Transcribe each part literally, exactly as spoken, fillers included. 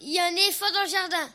il y a un éléphant dans le jardin.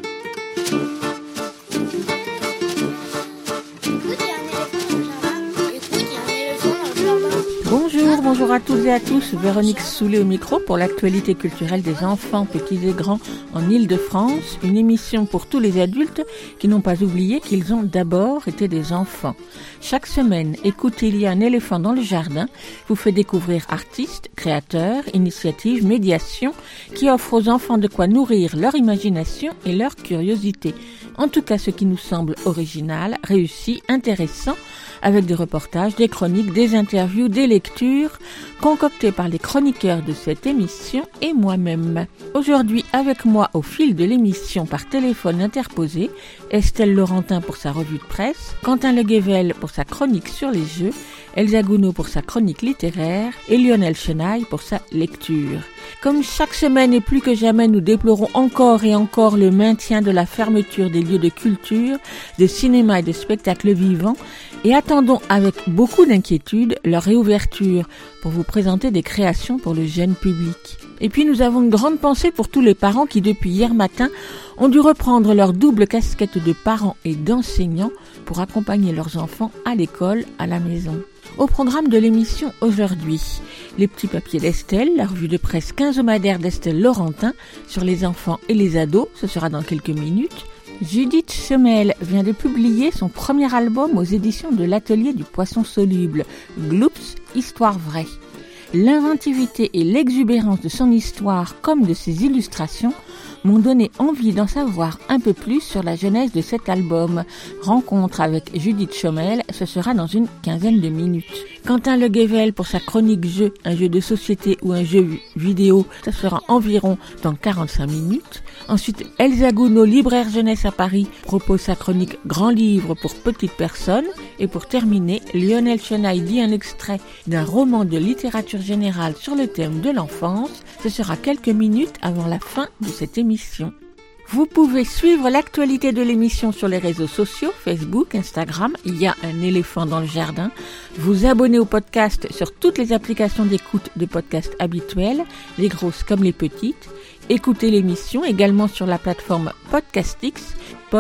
Bonjour, bonjour à toutes et à tous. Véronique Soulet au micro pour l'actualité culturelle des enfants, petits et grands en Île-de-France. Une émission pour tous les adultes qui n'ont pas oublié qu'ils ont d'abord été des enfants. Chaque semaine, écoutez, il y a un éléphant dans le jardin vous fait découvrir artistes, créateurs, initiatives, médiations qui offrent aux enfants de quoi nourrir leur imagination et leur curiosité. En tout cas, ce qui nous semble original, réussi, intéressant, avec des reportages, des chroniques, des interviews, des lectures, concoctées par les chroniqueurs de cette émission et moi-même. Aujourd'hui, avec moi au fil de l'émission par téléphone interposé, Estelle Laurentin pour sa revue de presse, Quentin Le Guével pour sa chronique sur les jeux, Elsa Gounod pour sa chronique littéraire et Lionel Chenaille pour sa lecture. Comme chaque semaine et plus que jamais, nous déplorons encore et encore le maintien de la fermeture des lieux de culture, de cinéma et de spectacles vivants et attendons avec beaucoup d'inquiétude leur réouverture pour vous présenter des créations pour le jeune public. Et puis nous avons une grande pensée pour tous les parents qui depuis hier matin ont dû reprendre leur double casquette de parents et d'enseignants pour accompagner leurs enfants à l'école, à la maison. Au programme de l'émission aujourd'hui, les petits papiers d'Estelle, la revue de presse quinzomadaire d'Estelle Laurentin sur les enfants et les ados, ce sera dans quelques minutes. Judith Chomel vient de publier son premier album aux éditions de l'Atelier du Poisson Soluble, Gloops, Histoire Vraie. L'inventivité et l'exubérance de son histoire comme de ses illustrations m'ont donné envie d'en savoir un peu plus sur la genèse de cet album. Rencontre avec Judith Chomel, ce sera dans une quinzaine de minutes. Quentin Le Guével pour sa chronique jeu, un jeu de société ou un jeu vidéo, ce sera environ dans quarante-cinq minutes. Ensuite, Elsa Gounod, libraire jeunesse à Paris, propose sa chronique Grand livre pour petites personnes. Et pour terminer, Lionel Chenaille lit un extrait d'un roman de littérature générale sur le thème de l'enfance. Ce sera quelques minutes avant la fin de cette émission. Vous pouvez suivre l'actualité de l'émission sur les réseaux sociaux, Facebook, Instagram, il y a un éléphant dans le jardin. Vous abonner au podcast sur toutes les applications d'écoute de podcasts habituelles, les grosses comme les petites. Écoutez l'émission également sur la plateforme Podcastix,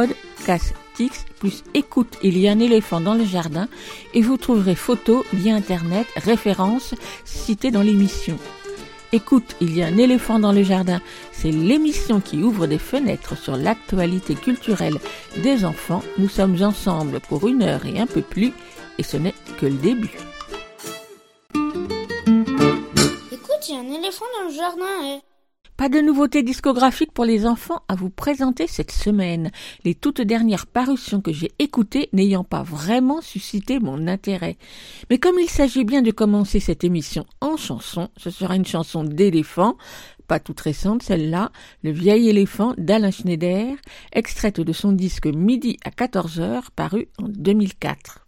Podcastix plus écoute, il y a un éléphant dans le jardin et vous trouverez photos, liens internet, références citées dans l'émission. Écoute, il y a un éléphant dans le jardin, c'est l'émission qui ouvre des fenêtres sur l'actualité culturelle des enfants. Nous sommes ensemble pour une heure et un peu plus, et ce n'est que le début. Écoute, il y a un éléphant dans le jardin, eh. Pas de nouveautés discographiques pour les enfants à vous présenter cette semaine. Les toutes dernières parutions que j'ai écoutées n'ayant pas vraiment suscité mon intérêt. Mais comme il s'agit bien de commencer cette émission en chanson, ce sera une chanson d'éléphant, pas toute récente celle-là, Le vieil éléphant d'Alain Schneider, extraite de son disque Midi à quatorze heures, paru en deux mille quatre.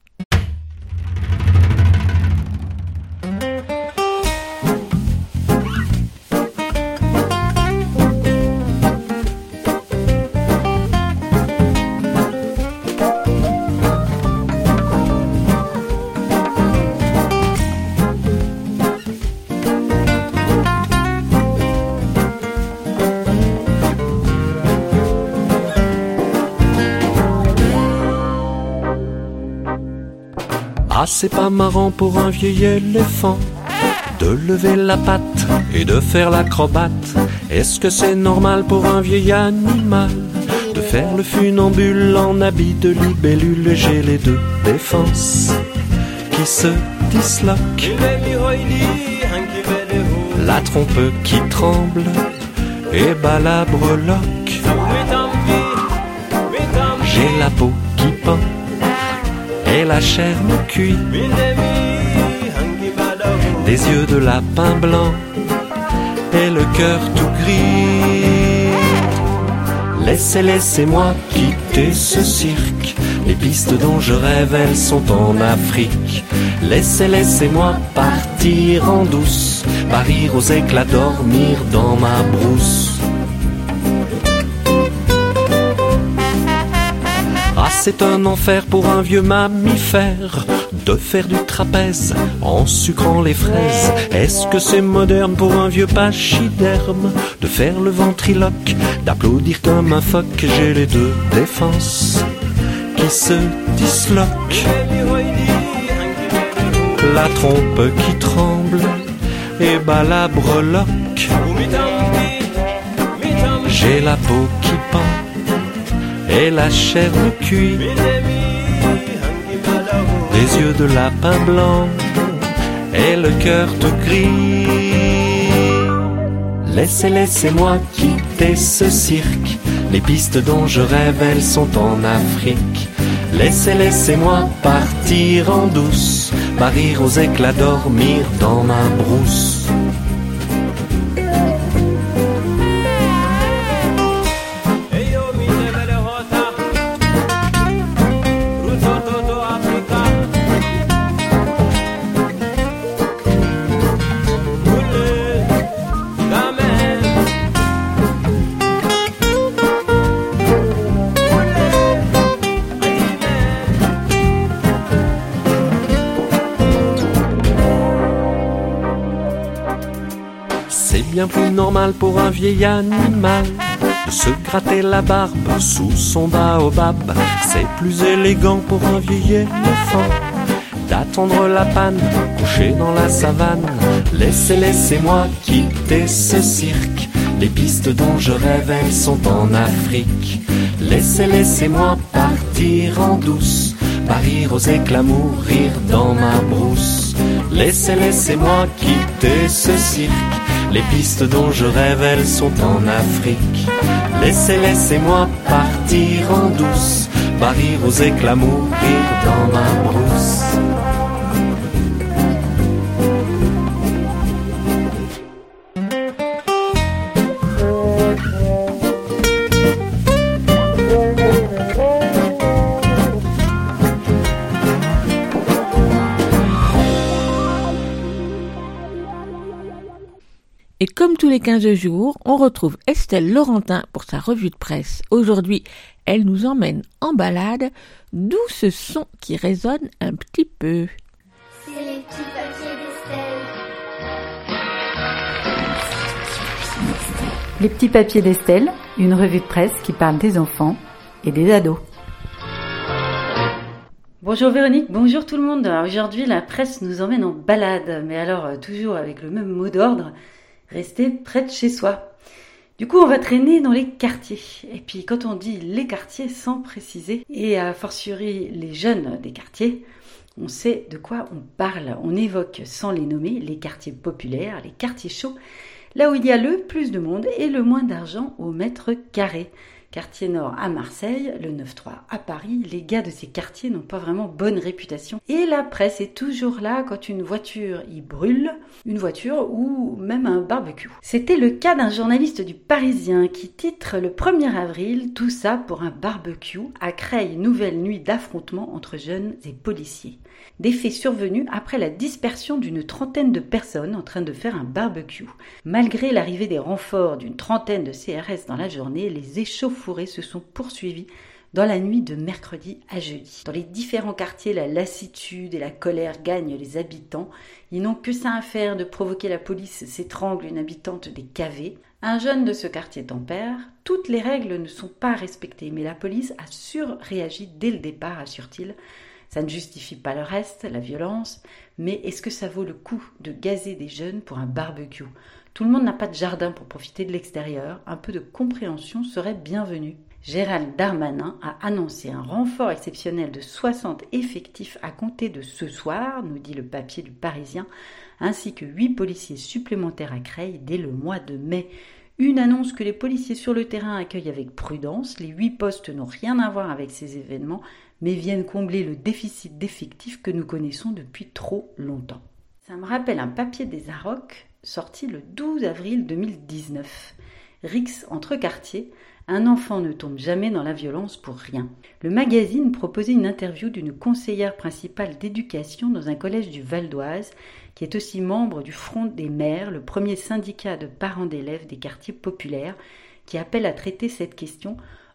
Ah, c'est pas marrant pour un vieil éléphant de lever la patte et de faire l'acrobate. Est-ce que c'est normal pour un vieil animal de faire le funambule en habit de libellule? J'ai les deux défenses qui se disloquent, la trompe qui tremble et bat la breloque. J'ai la peau qui pend et la chair me cuit, des yeux de lapin blanc et le cœur tout gris. Laissez, laissez-moi quitter ce cirque, les pistes dont je rêve, elles sont en Afrique. Laissez, laissez-moi partir en douce, parir aux éclats, dormir dans ma brousse. Ah, c'est un enfer pour un vieux mammifère de faire du trapèze en sucrant les fraises. Est-ce que c'est moderne pour un vieux pachyderme de faire le ventriloque, d'applaudir comme un phoque? J'ai les deux défenses qui se disloquent, la trompe qui tremble et bat la breloque. J'ai la peau qui pend et la chair me cuit, des yeux de lapin blanc et le cœur tout gris. Laissez, laissez-moi quitter ce cirque, les pistes dont je rêve, elles sont en Afrique. Laissez, laissez-moi partir en douce, parir aux éclats, dormir dans ma brousse. Bien plus normal pour un vieil animal de se gratter la barbe sous son baobab. C'est plus élégant pour un vieil éléphant d'attendre la panne couché dans la savane. Laissez, laissez-moi quitter ce cirque, les pistes dont je rêve, elles sont en Afrique. Laissez, laissez-moi partir en douce, parir aux éclats, mourir dans ma brousse. Laissez, laissez-moi quitter ce cirque, les pistes dont je rêve, elles sont en Afrique. Laissez, laissez-moi partir en douce, parir aux éclats, mourir dans ma brousse. Et comme tous les quinze jours, on retrouve Estelle Laurentin pour sa revue de presse. Aujourd'hui, elle nous emmène en balade, d'où ce son qui résonne un petit peu. C'est les petits papiers d'Estelle. Les petits papiers d'Estelle, une revue de presse qui parle des enfants et des ados. Bonjour Véronique, bonjour tout le monde. Alors aujourd'hui, la presse nous emmène en balade, mais alors euh, toujours avec le même mot d'ordre. Rester près de chez soi. Du coup, on va traîner dans les quartiers. Et puis, quand on dit les quartiers, sans préciser, et a fortiori les jeunes des quartiers, on sait de quoi on parle. On évoque, sans les nommer, les quartiers populaires, les quartiers chauds, là où il y a le plus de monde et le moins d'argent au mètre carré. Quartier Nord à Marseille, le neuf trois à Paris, les gars de ces quartiers n'ont pas vraiment bonne réputation. Et la presse est toujours là quand une voiture y brûle, une voiture ou même un barbecue. C'était le cas d'un journaliste du Parisien qui titre le premier avril « Tout ça pour un barbecue » à Creil, nouvelle nuit d'affrontement entre jeunes et policiers. Des faits survenus après la dispersion d'une trentaine de personnes en train de faire un barbecue. Malgré l'arrivée des renforts d'une trentaine de C R S dans la journée, les échauffourées se sont poursuivis dans la nuit de mercredi à jeudi. Dans les différents quartiers, la lassitude et la colère gagnent les habitants. Ils n'ont que ça à faire de provoquer la police s'étrangle une habitante des K V. Un jeune de ce quartier tempère. Toutes les règles ne sont pas respectées, mais la police a surréagi dès le départ, assure-t-il. Ça ne justifie pas le reste, la violence, mais est-ce que ça vaut le coup de gazer des jeunes pour un barbecue ? Tout le monde n'a pas de jardin pour profiter de l'extérieur, un peu de compréhension serait bienvenu. Gérald Darmanin a annoncé un renfort exceptionnel de soixante effectifs à compter de ce soir, nous dit le papier du Parisien, ainsi que huit policiers supplémentaires à Creil dès le mois de mai. Une annonce que les policiers sur le terrain accueillent avec prudence. Les huit postes n'ont rien à voir avec ces événements, mais viennent combler le déficit d'effectifs que nous connaissons depuis trop longtemps. Ça me rappelle un papier des Arocs sorti le douze avril deux mille dix-neuf. Rix entre quartiers, un enfant ne tombe jamais dans la violence pour rien. Le magazine proposait une interview d'une conseillère principale d'éducation dans un collège du Val d'Oise, qui est aussi membre du Front des maires, le premier syndicat de parents d'élèves des quartiers populaires, qui appelle à traiter cette question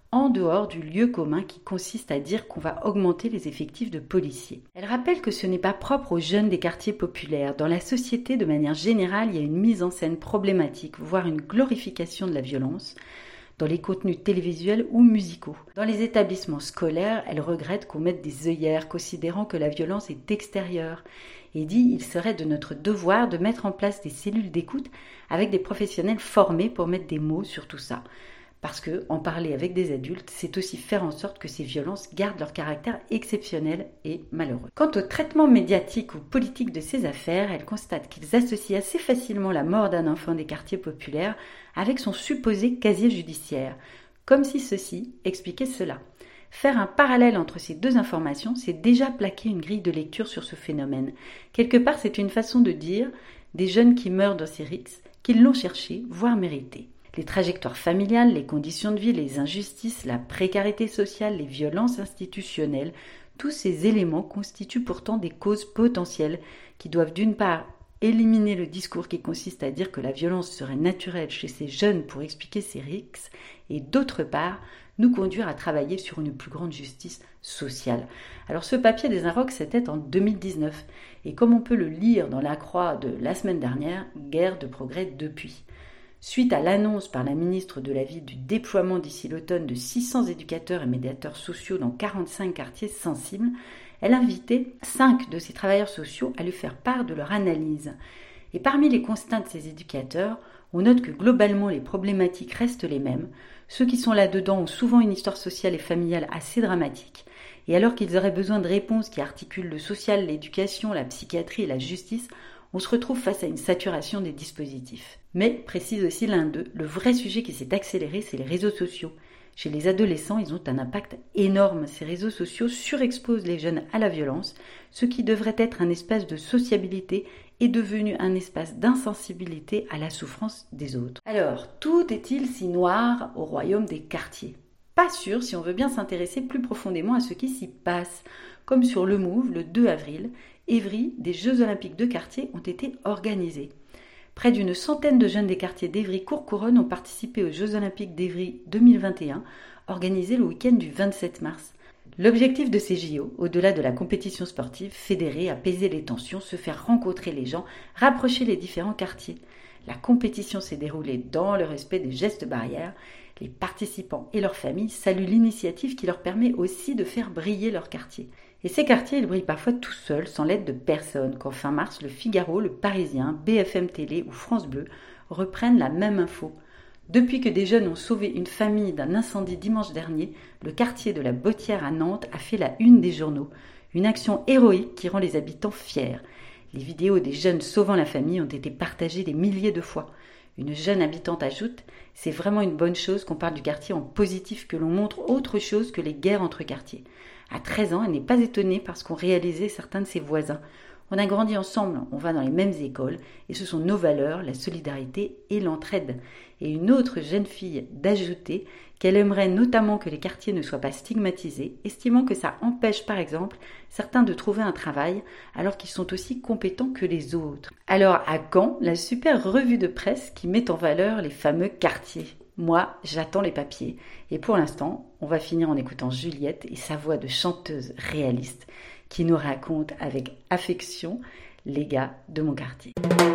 en dehors du lieu commun qui consiste à dire qu'on va augmenter les effectifs de policiers. Elle rappelle que ce n'est pas propre aux jeunes des quartiers populaires. Dans la société, de manière générale, il y a une mise en scène problématique, voire une glorification de la violence, dans les contenus télévisuels ou musicaux. Dans les établissements scolaires, elle regrette qu'on mette des œillères, considérant que la violence est extérieure, et dit il serait de notre devoir de mettre en place des cellules d'écoute avec des professionnels formés pour mettre des mots sur tout ça. Parce que en parler avec des adultes, c'est aussi faire en sorte que ces violences gardent leur caractère exceptionnel et malheureux. Quant au traitement médiatique ou politique de ces affaires, elle constate qu'ils associent assez facilement la mort d'un enfant des quartiers populaires avec son supposé casier judiciaire, comme si ceci expliquait cela. Faire un parallèle entre ces deux informations, c'est déjà plaquer une grille de lecture sur ce phénomène. Quelque part, c'est une façon de dire des jeunes qui meurent dans ces rixes, qu'ils l'ont cherché, voire mérité. Les trajectoires familiales, les conditions de vie, les injustices, la précarité sociale, les violences institutionnelles, tous ces éléments constituent pourtant des causes potentielles qui doivent d'une part éliminer le discours qui consiste à dire que la violence serait naturelle chez ces jeunes pour expliquer ces rixes et d'autre part nous conduire à travailler sur une plus grande justice sociale. Alors ce papier des Inrocks, c'était en deux mille dix-neuf et comme on peut le lire dans la Croix de la semaine dernière, guère de progrès depuis. Suite à l'annonce par la ministre de la Ville du déploiement d'ici l'automne de six cents éducateurs et médiateurs sociaux dans quarante-cinq quartiers sensibles, elle invitait cinq de ces travailleurs sociaux à lui faire part de leur analyse. Et parmi les constats de ces éducateurs, on note que globalement les problématiques restent les mêmes. Ceux qui sont là-dedans ont souvent une histoire sociale et familiale assez dramatique. Et alors qu'ils auraient besoin de réponses qui articulent le social, l'éducation, la psychiatrie et la justice, on se retrouve face à une saturation des dispositifs. Mais, précise aussi l'un d'eux, le vrai sujet qui s'est accéléré, c'est les réseaux sociaux. Chez les adolescents, ils ont un impact énorme. Ces réseaux sociaux surexposent les jeunes à la violence. Ce qui devrait être un espace de sociabilité est devenu un espace d'insensibilité à la souffrance des autres. Alors, tout est-il si noir au royaume des quartiers ? Pas sûr si on veut bien s'intéresser plus profondément à ce qui s'y passe. Comme sur le Move, le deux avril, Évry, des Jeux Olympiques de quartier ont été organisés. Près d'une centaine de jeunes des quartiers d'Évry-Courcouronnes ont participé aux Jeux Olympiques d'Évry deux mille vingt et un, organisés le week-end du vingt-sept mars. L'objectif de ces J O, au-delà de la compétition sportive, fédérer, apaiser les tensions, se faire rencontrer les gens, rapprocher les différents quartiers. La compétition s'est déroulée dans le respect des gestes barrières. Les participants et leurs familles saluent l'initiative qui leur permet aussi de faire briller leur quartier. Et ces quartiers, ils brillent parfois tout seuls, sans l'aide de personne, quand fin mars, le Figaro, le Parisien, B F M Télé ou France Bleu reprennent la même info. Depuis que des jeunes ont sauvé une famille d'un incendie dimanche dernier, le quartier de la Bottière à Nantes a fait la une des journaux. Une action héroïque qui rend les habitants fiers. Les vidéos des jeunes sauvant la famille ont été partagées des milliers de fois. Une jeune habitante ajoute « C'est vraiment une bonne chose qu'on parle du quartier en positif, que l'on montre autre chose que les guerres entre quartiers. » À treize ans, elle n'est pas étonnée parce qu'on réalisait certains de ses voisins. On a grandi ensemble, on va dans les mêmes écoles, et ce sont nos valeurs, la solidarité et l'entraide. Et une autre jeune fille d'ajouter qu'elle aimerait notamment que les quartiers ne soient pas stigmatisés, estimant que ça empêche par exemple certains de trouver un travail alors qu'ils sont aussi compétents que les autres. Alors à quand la super revue de presse qui met en valeur les fameux quartiers ? Moi, j'attends les papiers. Et pour l'instant, on va finir en écoutant Juliette et sa voix de chanteuse réaliste qui nous raconte avec affection les gars de mon quartier.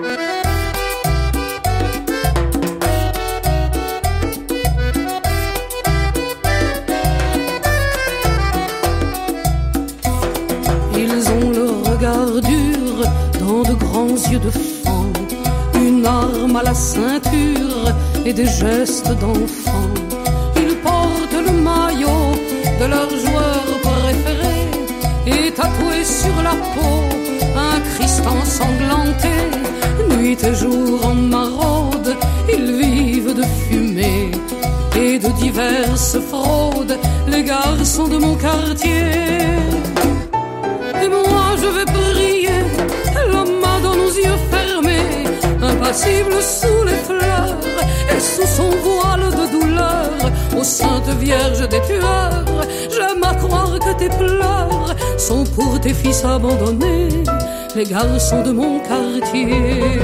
Ils ont le regard dur dans de grands yeux de fan, une arme à la ceinture et des gestes d'enfant. Ils portent le maillot de leur joueur préféré et tatoué sur la peau un Christ ensanglanté. Nuit et jour en maraude, ils vivent de fumée et de diverses fraudes, les garçons de mon quartier. Et moi je vais prier, la main dans nos yeux fermés, impassible sous les fleurs et sous son voile de douleur. Ô Sainte Vierge des tueurs, j'aime à croire que tes pleurs sont pour tes fils abandonnés, les garçons de mon quartier.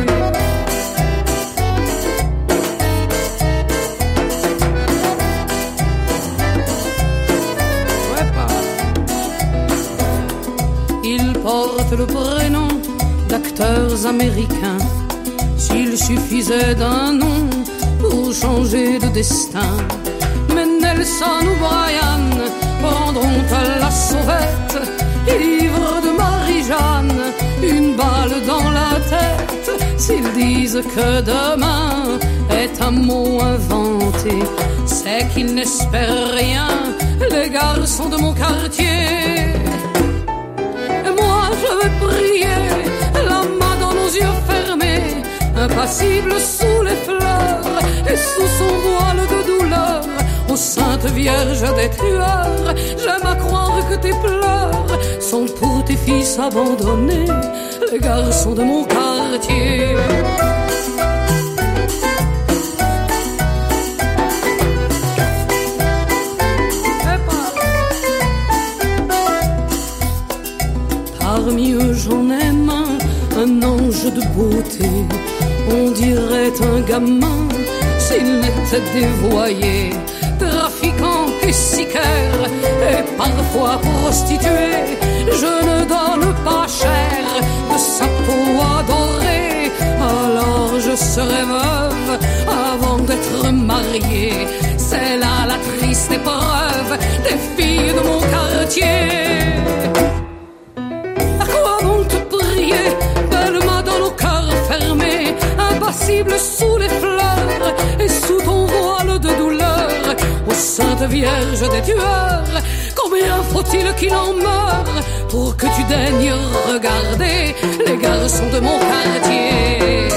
portent le prénom d'acteurs américains. S'il suffisait d'un nom pour changer de destin, mais Nelson ou Brian prendront à la sauvette, ivres de Marie-Jeanne, une balle dans la tête. S'ils disent que demain est un mot inventé, c'est qu'ils n'espèrent rien, les garçons de mon quartier. Et moi je vais prier, la main dans nos yeux fermés, impassible sous les fleurs et sous son voile de douleur, ô Sainte Vierge des tueurs, j'aime à croire que tes pleurs sont pour tes fils abandonnés, les garçons de mon quartier. Parmi eux j'en aime un, un ange de beauté, on dirait un gamin s'il n'était dévoyé, trafiquant et sicaire et parfois prostitué. Je ne donne pas cher de sa peau adorée, alors je serai veuve avant d'être mariée. C'est là la triste épreuve des filles de mon quartier. À quoi bon te prier, belle main dans nos cœurs fermés, impassible sous les fleurs et sous ton voile de douleur, ô Sainte Vierge des tueurs, combien faut-il qu'il en meure pour que tu daignes regarder les garçons de mon quartier.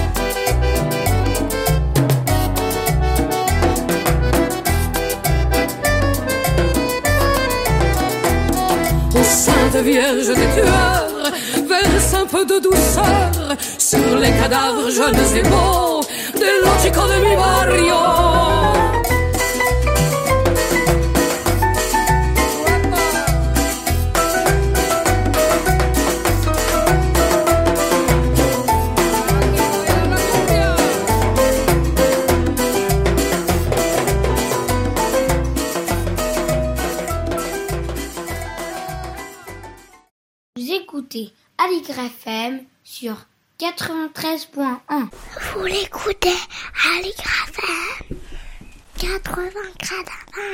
Ô Sainte Vierge des tueurs, verse un peu de douceur sur les cadavres jeunes et beaux de los chicos de mi barrio. Vous écoutez Aligre F M sur quatre-vingt-treize point un. Vous l'écoutez Aligre F M quatre-vingts.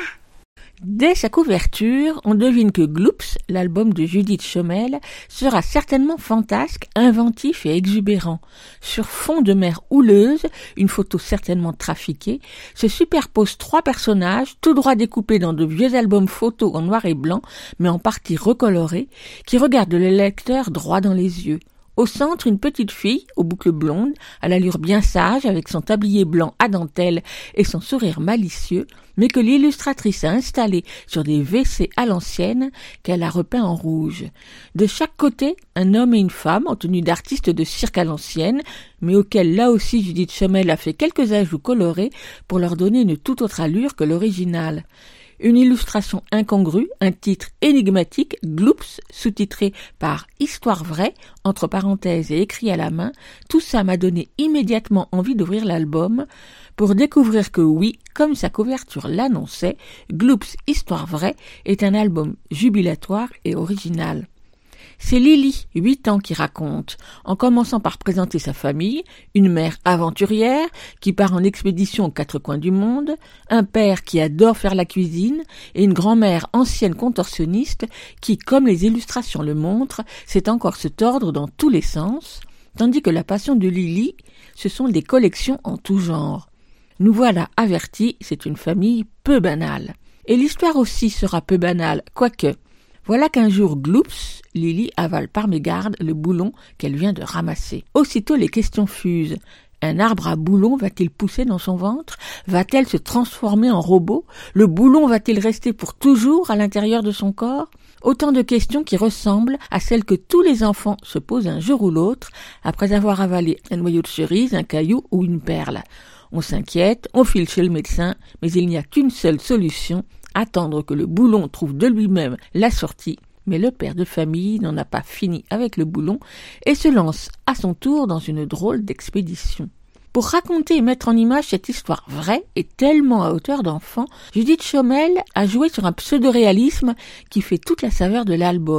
Dès sa couverture, on devine que Gloops, l'album de Judith Chomel, sera certainement fantasque, inventif et exubérant. Sur fond de mer houleuse, une photo certainement trafiquée, se superposent trois personnages, tout droit découpés dans de vieux albums photos en noir et blanc, mais en partie recolorés, qui regardent le lecteur droit dans les yeux. Au centre, une petite fille, aux boucles blondes, à l'allure bien sage, avec son tablier blanc à dentelle et son sourire malicieux, mais que l'illustratrice a installé sur des W C à l'ancienne qu'elle a repeint en rouge. De chaque côté, un homme et une femme en tenue d'artiste de cirque à l'ancienne, mais auxquels là aussi Judith Chomel a fait quelques ajouts colorés pour leur donner une toute autre allure que l'original. Une illustration incongrue, un titre énigmatique, Gloops, sous-titré par Histoire vraie, entre parenthèses et écrit à la main, tout ça m'a donné immédiatement envie d'ouvrir l'album pour découvrir que oui, comme sa couverture l'annonçait, Gloops Histoire vraie est un album jubilatoire et original. C'est Lily, huit ans, qui raconte, en commençant par présenter sa famille, une mère aventurière qui part en expédition aux quatre coins du monde, un père qui adore faire la cuisine et une grand-mère ancienne contorsionniste qui, comme les illustrations le montrent, sait encore se tordre dans tous les sens, tandis que la passion de Lily, ce sont des collections en tout genre. Nous voilà avertis, c'est une famille peu banale. Et l'histoire aussi sera peu banale, quoique. Voilà qu'un jour, Gloops, Lily avale par mégarde le boulon qu'elle vient de ramasser. Aussitôt les questions fusent. Un arbre à boulon va-t-il pousser dans son ventre? Va-t-elle se transformer en robot? Le boulon va-t-il rester pour toujours à l'intérieur de son corps? Autant de questions qui ressemblent à celles que tous les enfants se posent un jour ou l'autre après avoir avalé un noyau de cerise, un caillou ou une perle. On s'inquiète, on file chez le médecin, mais il n'y a qu'une seule solution, attendre que le boulon trouve de lui-même la sortie. Mais le père de famille n'en a pas fini avec le boulon et se lance à son tour dans une drôle d'expédition. Pour raconter et mettre en image cette histoire vraie et tellement à hauteur d'enfant, Judith Chomel a joué sur un pseudo-réalisme qui fait toute la saveur de l'album.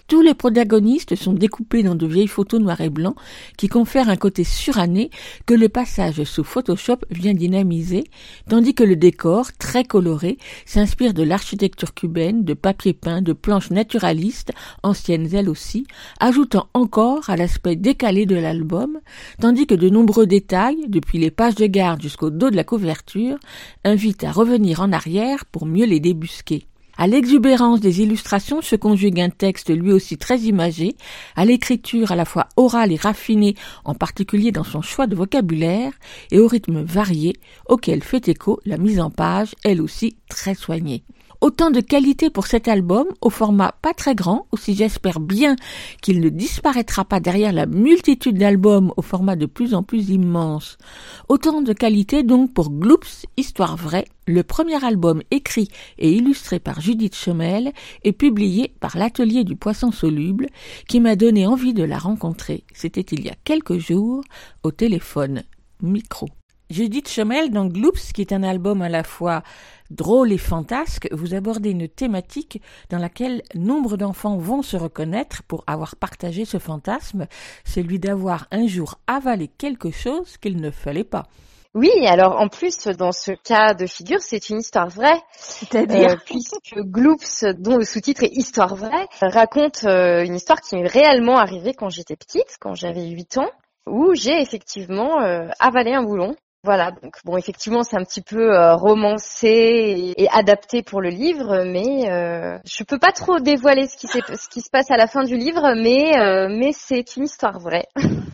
Tous les protagonistes sont découpés dans de vieilles photos noir et blanc qui confèrent un côté suranné que le passage sous Photoshop vient dynamiser, tandis que le décor, très coloré, s'inspire de l'architecture cubaine, de papier peint, de planches naturalistes, anciennes elles aussi, ajoutant encore à l'aspect décalé de l'album, tandis que de nombreux détails, depuis les pages de garde jusqu'au dos de la couverture, invitent à revenir en arrière pour mieux les débusquer. À l'exubérance des illustrations se conjugue un texte lui aussi très imagé, à l'écriture à la fois orale et raffinée, en particulier dans son choix de vocabulaire, et au rythme varié, auquel fait écho la mise en page, elle aussi très soignée. Autant de qualité pour cet album, au format pas très grand, aussi j'espère bien qu'il ne disparaîtra pas derrière la multitude d'albums au format de plus en plus immense. Autant de qualité donc pour Gloops, Histoire vraie, le premier album écrit et illustré par Judith Chomel et publié par l'Atelier du Poisson Soluble, qui m'a donné envie de la rencontrer. C'était il y a quelques jours, au téléphone, micro. Judith Chomel, dans Gloops, qui est un album à la fois drôle et fantasque, vous abordez une thématique dans laquelle nombre d'enfants vont se reconnaître pour avoir partagé ce fantasme, celui d'avoir un jour avalé quelque chose qu'il ne fallait pas. Oui, alors en plus, dans ce cas de figure, c'est une histoire vraie. C'est-à-dire euh, puisque Gloops, dont le sous-titre est Histoire vraie, raconte euh, une histoire qui m'est réellement arrivée quand j'étais petite, quand j'avais huit ans, où j'ai effectivement euh, avalé un boulon. Voilà, donc bon, effectivement, c'est un petit peu euh, romancé et, et adapté pour le livre, mais euh, je peux pas trop dévoiler ce qui, ce qui se passe à la fin du livre, mais euh, mais c'est une histoire vraie.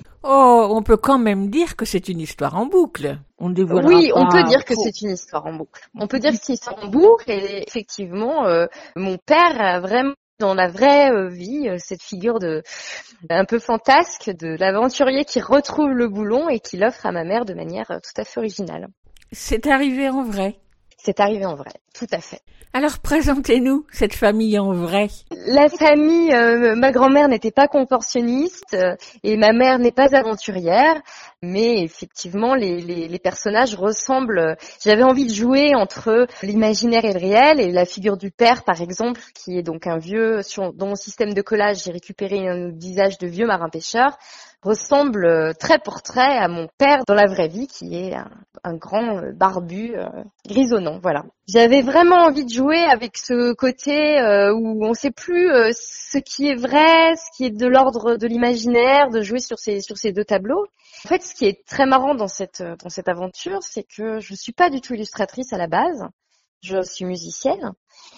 Oh, on peut quand même dire que c'est une histoire en boucle. On dévoilera Oui, pas on peut dire que trop. C'est une histoire en boucle. On peut dire que c'est une histoire en boucle, et effectivement, euh, mon père a vraiment dans la vraie euh, vie, euh, cette figure de un peu fantasque de l'aventurier qui retrouve le boulon et qui l'offre à ma mère de manière euh, tout à fait originale. C'est arrivé en vrai. C'est arrivé en vrai, tout à fait. Alors présentez-nous cette famille en vrai. La famille, euh, ma grand-mère n'était pas contorsionniste euh, et ma mère n'est pas aventurière, mais effectivement les, les, les personnages ressemblent. J'avais envie de jouer entre l'imaginaire et le réel, et la figure du père par exemple, qui est donc un vieux, sur, dont mon système de collage j'ai récupéré un visage de vieux marin pêcheur, ressemble très pour trait à mon père dans la vraie vie, qui est un, un grand barbu euh, grisonnant. Voilà. J'avais vraiment envie de jouer avec ce côté euh, où on ne sait plus euh, ce qui est vrai, ce qui est de l'ordre de l'imaginaire, de jouer sur ces sur ces deux tableaux. En fait, ce qui est très marrant dans cette dans cette aventure, c'est que je suis pas du tout illustratrice à la base. Je suis musicienne.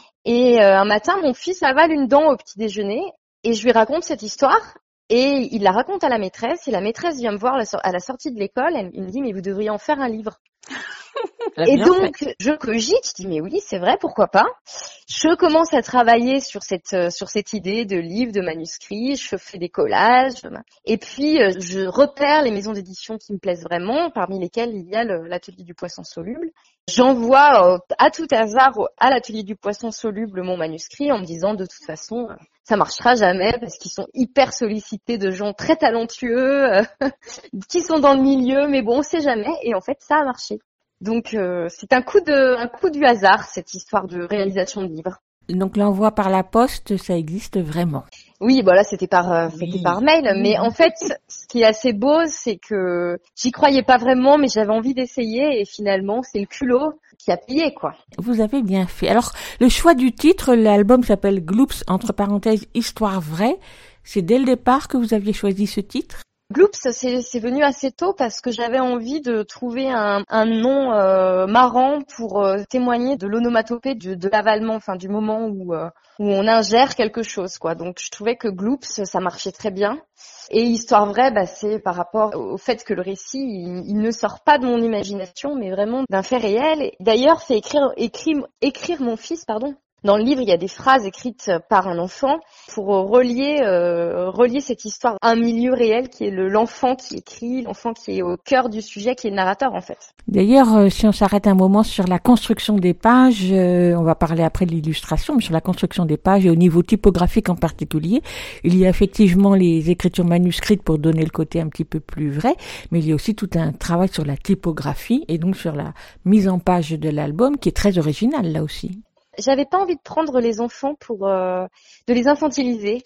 Et euh, un matin, mon fils avale une dent au petit déjeuner et je lui raconte cette histoire. Et il la raconte à la maîtresse, et la maîtresse vient me voir à la sortie de l'école, elle me dit « mais vous devriez en faire un livre ». Et donc, fait. je cogite, je dis « mais oui, c'est vrai, pourquoi pas ». Je commence à travailler sur cette sur cette idée de livre, de manuscrit, je fais des collages, et puis je repère les maisons d'édition qui me plaisent vraiment, parmi lesquelles il y a le, l'Atelier du Poisson Soluble. J'envoie euh, à tout hasard à l'Atelier du Poisson Soluble mon manuscrit en me disant « de toute façon, ça marchera jamais parce qu'ils sont hyper sollicités de gens très talentueux euh, qui sont dans le milieu, mais bon, on sait jamais ». Et en fait, ça a marché. Donc euh, c'est un coup de un coup du hasard, cette histoire de réalisation de livres. Donc l'envoi par la poste, ça existe vraiment. Oui, bon là c'était par euh, c'était oui. par mail, mais en fait ce qui est assez beau, c'est que j'y croyais pas vraiment, mais j'avais envie d'essayer, et finalement c'est le culot qui a payé, quoi. Vous avez bien fait. Alors le choix du titre, l'album s'appelle Gloops, entre parenthèses Histoire vraie. C'est dès le départ que vous aviez choisi ce titre? Gloops, c'est, c'est venu assez tôt parce que j'avais envie de trouver un, un nom euh, marrant pour euh, témoigner de l'onomatopée de, de l'avalement, enfin du moment où euh, où on ingère quelque chose, quoi. Donc je trouvais que Gloops, ça marchait très bien. Et Histoire vraie, bah, c'est par rapport au fait que le récit, il, il ne sort pas de mon imagination, mais vraiment d'un fait réel. Et d'ailleurs, fait écrire, écrire, écrire mon fils, pardon. Dans le livre, il y a des phrases écrites par un enfant pour relier euh, relier cette histoire à un milieu réel qui est le, l'enfant qui écrit, l'enfant qui est au cœur du sujet, qui est le narrateur en fait. D'ailleurs, euh, si on s'arrête un moment sur la construction des pages, euh, on va parler après de l'illustration, mais sur la construction des pages et au niveau typographique en particulier, il y a effectivement les écritures manuscrites pour donner le côté un petit peu plus vrai, mais il y a aussi tout un travail sur la typographie et donc sur la mise en page de l'album qui est très original là aussi. J'avais pas envie de prendre les enfants pour euh, de les infantiliser.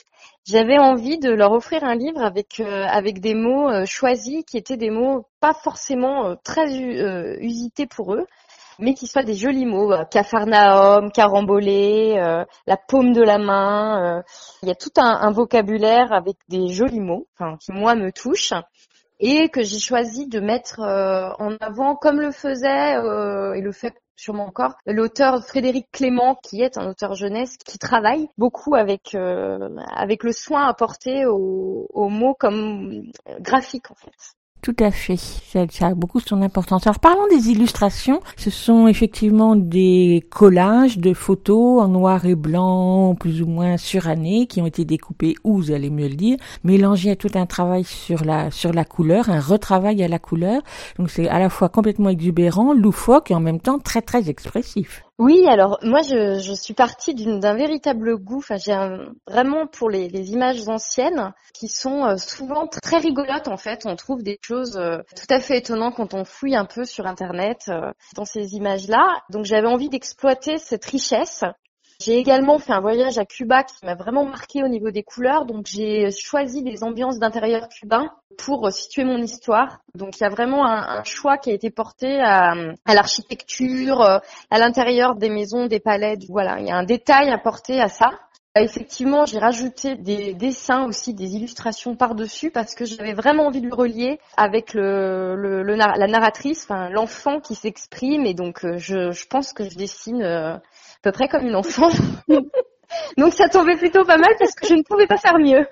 j'avais envie de leur offrir un livre avec euh, avec des mots euh, choisis qui étaient des mots pas forcément euh, très euh, usités pour eux, mais qui soient des jolis mots, euh, capharnaüm, carambolé, euh, la paume de la main. Euh, il y a tout un, un vocabulaire avec des jolis mots, enfin qui moi me touchent. Et que j'ai choisi de mettre euh, en avant, comme le faisait, euh, et le fait sûrement encore, l'auteur Frédéric Clément, qui est un auteur jeunesse, qui travaille beaucoup avec euh, avec le soin apporté aux, aux mots comme graphiques, en fait. Tout à fait, ça, ça a beaucoup son importance. Alors parlons des illustrations, ce sont effectivement des collages de photos en noir et blanc, plus ou moins surannés, qui ont été découpés, ou vous allez mieux le dire, mélangés à tout un travail sur la sur la couleur, un retravail à la couleur. Donc c'est à la fois complètement exubérant, loufoque et en même temps très très expressif. Oui, alors moi je, je suis partie d'une, d'un véritable goût. Enfin, j'ai un, vraiment pour les, les images anciennes qui sont euh, souvent très rigolotes en fait. On trouve des choses euh, tout à fait étonnantes quand on fouille un peu sur Internet euh, dans ces images-là. Donc j'avais envie d'exploiter cette richesse. J'ai également fait un voyage à Cuba qui m'a vraiment marqué au niveau des couleurs. Donc j'ai choisi des ambiances d'intérieur cubain pour situer mon histoire. Donc il y a vraiment un, un choix qui a été porté à, à l'architecture, à l'intérieur des maisons, des palais. Voilà, il y a un détail apporté à ça. Effectivement, j'ai rajouté des dessins aussi, des illustrations par-dessus parce que j'avais vraiment envie de le relier avec le, le, le la narratrice, enfin l'enfant qui s'exprime. Et donc je, je pense que je dessine euh, à peu près comme une enfant. Donc ça tombait plutôt pas mal parce que je ne pouvais pas faire mieux.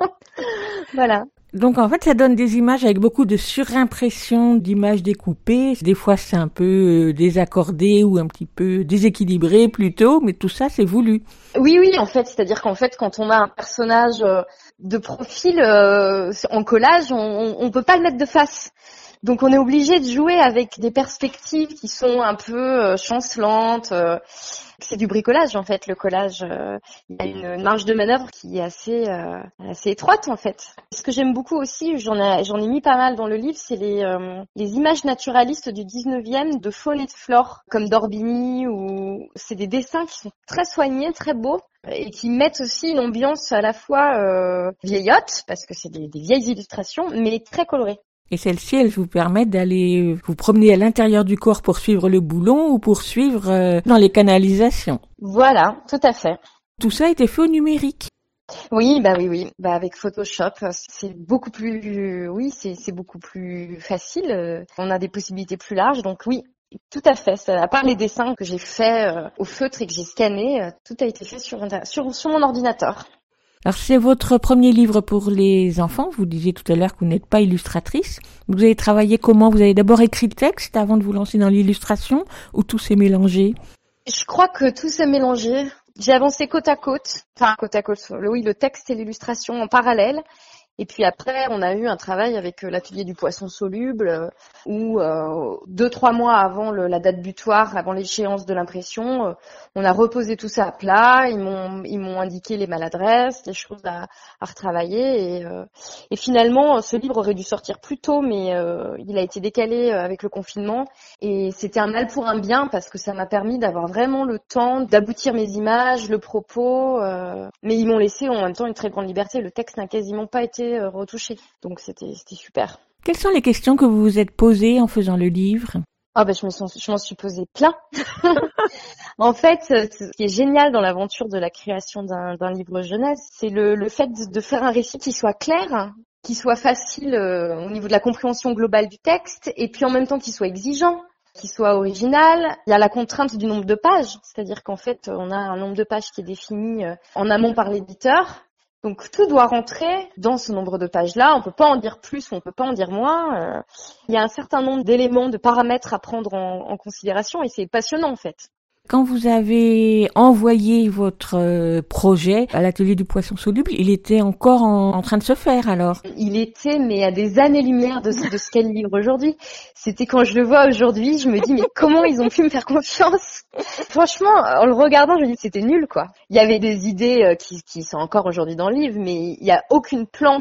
Voilà. Donc en fait, ça donne des images avec beaucoup de surimpression d'images découpées. Des fois, c'est un peu désaccordé ou un petit peu déséquilibré plutôt, mais tout ça, c'est voulu. Oui, oui, en fait, c'est-à-dire qu'en fait, quand on a un personnage de profil euh, en collage, on, on peut pas le mettre de face. Donc on est obligé de jouer avec des perspectives qui sont un peu euh, chancelantes. Euh, c'est du bricolage en fait, le collage. Euh, il y a une marge de manœuvre qui est assez euh, assez étroite en fait. Ce que j'aime beaucoup aussi, j'en ai j'en ai mis pas mal dans le livre, c'est les euh, les images naturalistes du dix-neuvième de faune et de flore, comme d'Orbigny, ou c'est des dessins qui sont très soignés, très beaux. Et qui mettent aussi une ambiance à la fois euh, vieillotte, parce que c'est des, des vieilles illustrations, mais très colorées. Et celles-ci, elles vous permettent d'aller vous promener à l'intérieur du corps pour suivre le boulon ou pour suivre euh, dans les canalisations. Voilà, tout à fait. Tout ça a été fait au numérique. Oui, bah oui, oui. Bah avec Photoshop, c'est beaucoup plus, oui, c'est c'est beaucoup plus facile. On a des possibilités plus larges, donc oui. Tout à fait. À part les dessins que j'ai faits euh, au feutre et que j'ai scannés, euh, tout a été fait sur, sur, sur mon ordinateur. Alors c'est votre premier livre pour les enfants. Vous disiez tout à l'heure que vous n'êtes pas illustratrice. Vous avez travaillé comment? Vous avez d'abord écrit le texte avant de vous lancer dans l'illustration, ou tout s'est mélangé? Je crois que tout s'est mélangé. J'ai avancé côte à côte. Enfin, côte à côte. Oui, le texte et l'illustration en parallèle. Et puis après, on a eu un travail avec l'atelier du poisson soluble euh, où euh, deux, trois mois avant le, la date butoir, avant l'échéance de l'impression, euh, on a reposé tout ça à plat. Ils m'ont, ils m'ont indiqué les maladresses, les choses à, à retravailler. Et, euh, et finalement, ce livre aurait dû sortir plus tôt, mais euh, il a été décalé avec le confinement. Et c'était un mal pour un bien parce que ça m'a permis d'avoir vraiment le temps d'aboutir mes images, le propos. Euh, mais ils m'ont laissé en même temps une très grande liberté. Le texte n'a quasiment pas été retouché. Donc c'était c'était super. Quelles sont les questions que vous vous êtes posées en faisant le livre? Ah ben je me sens, je m'en suis posé plein. En fait, ce qui est génial dans l'aventure de la création d'un d'un livre jeunesse, c'est le le fait de, de faire un récit qui soit clair, qui soit facile euh, au niveau de la compréhension globale du texte, et puis en même temps qui soit exigeant, qui soit original. Il y a la contrainte du nombre de pages, c'est-à-dire qu'en fait, on a un nombre de pages qui est défini en amont par l'éditeur. Donc tout doit rentrer dans ce nombre de pages-là. On peut pas en dire plus, on peut pas en dire moins. Euh, il y a un certain nombre d'éléments, de paramètres à prendre en, en considération, et c'est passionnant en fait. Quand vous avez envoyé votre euh, projet à l'atelier du poisson soluble, il était encore en, en train de se faire alors? Il était, mais à des années-lumière de, de ce qu'est le livre aujourd'hui. C'était quand je le vois aujourd'hui, je me dis mais comment ils ont pu me faire confiance? Franchement, en le regardant, je me dis que c'était nul quoi. Il y avait des idées qui, qui sont encore aujourd'hui dans le livre, mais il n'y a aucune planche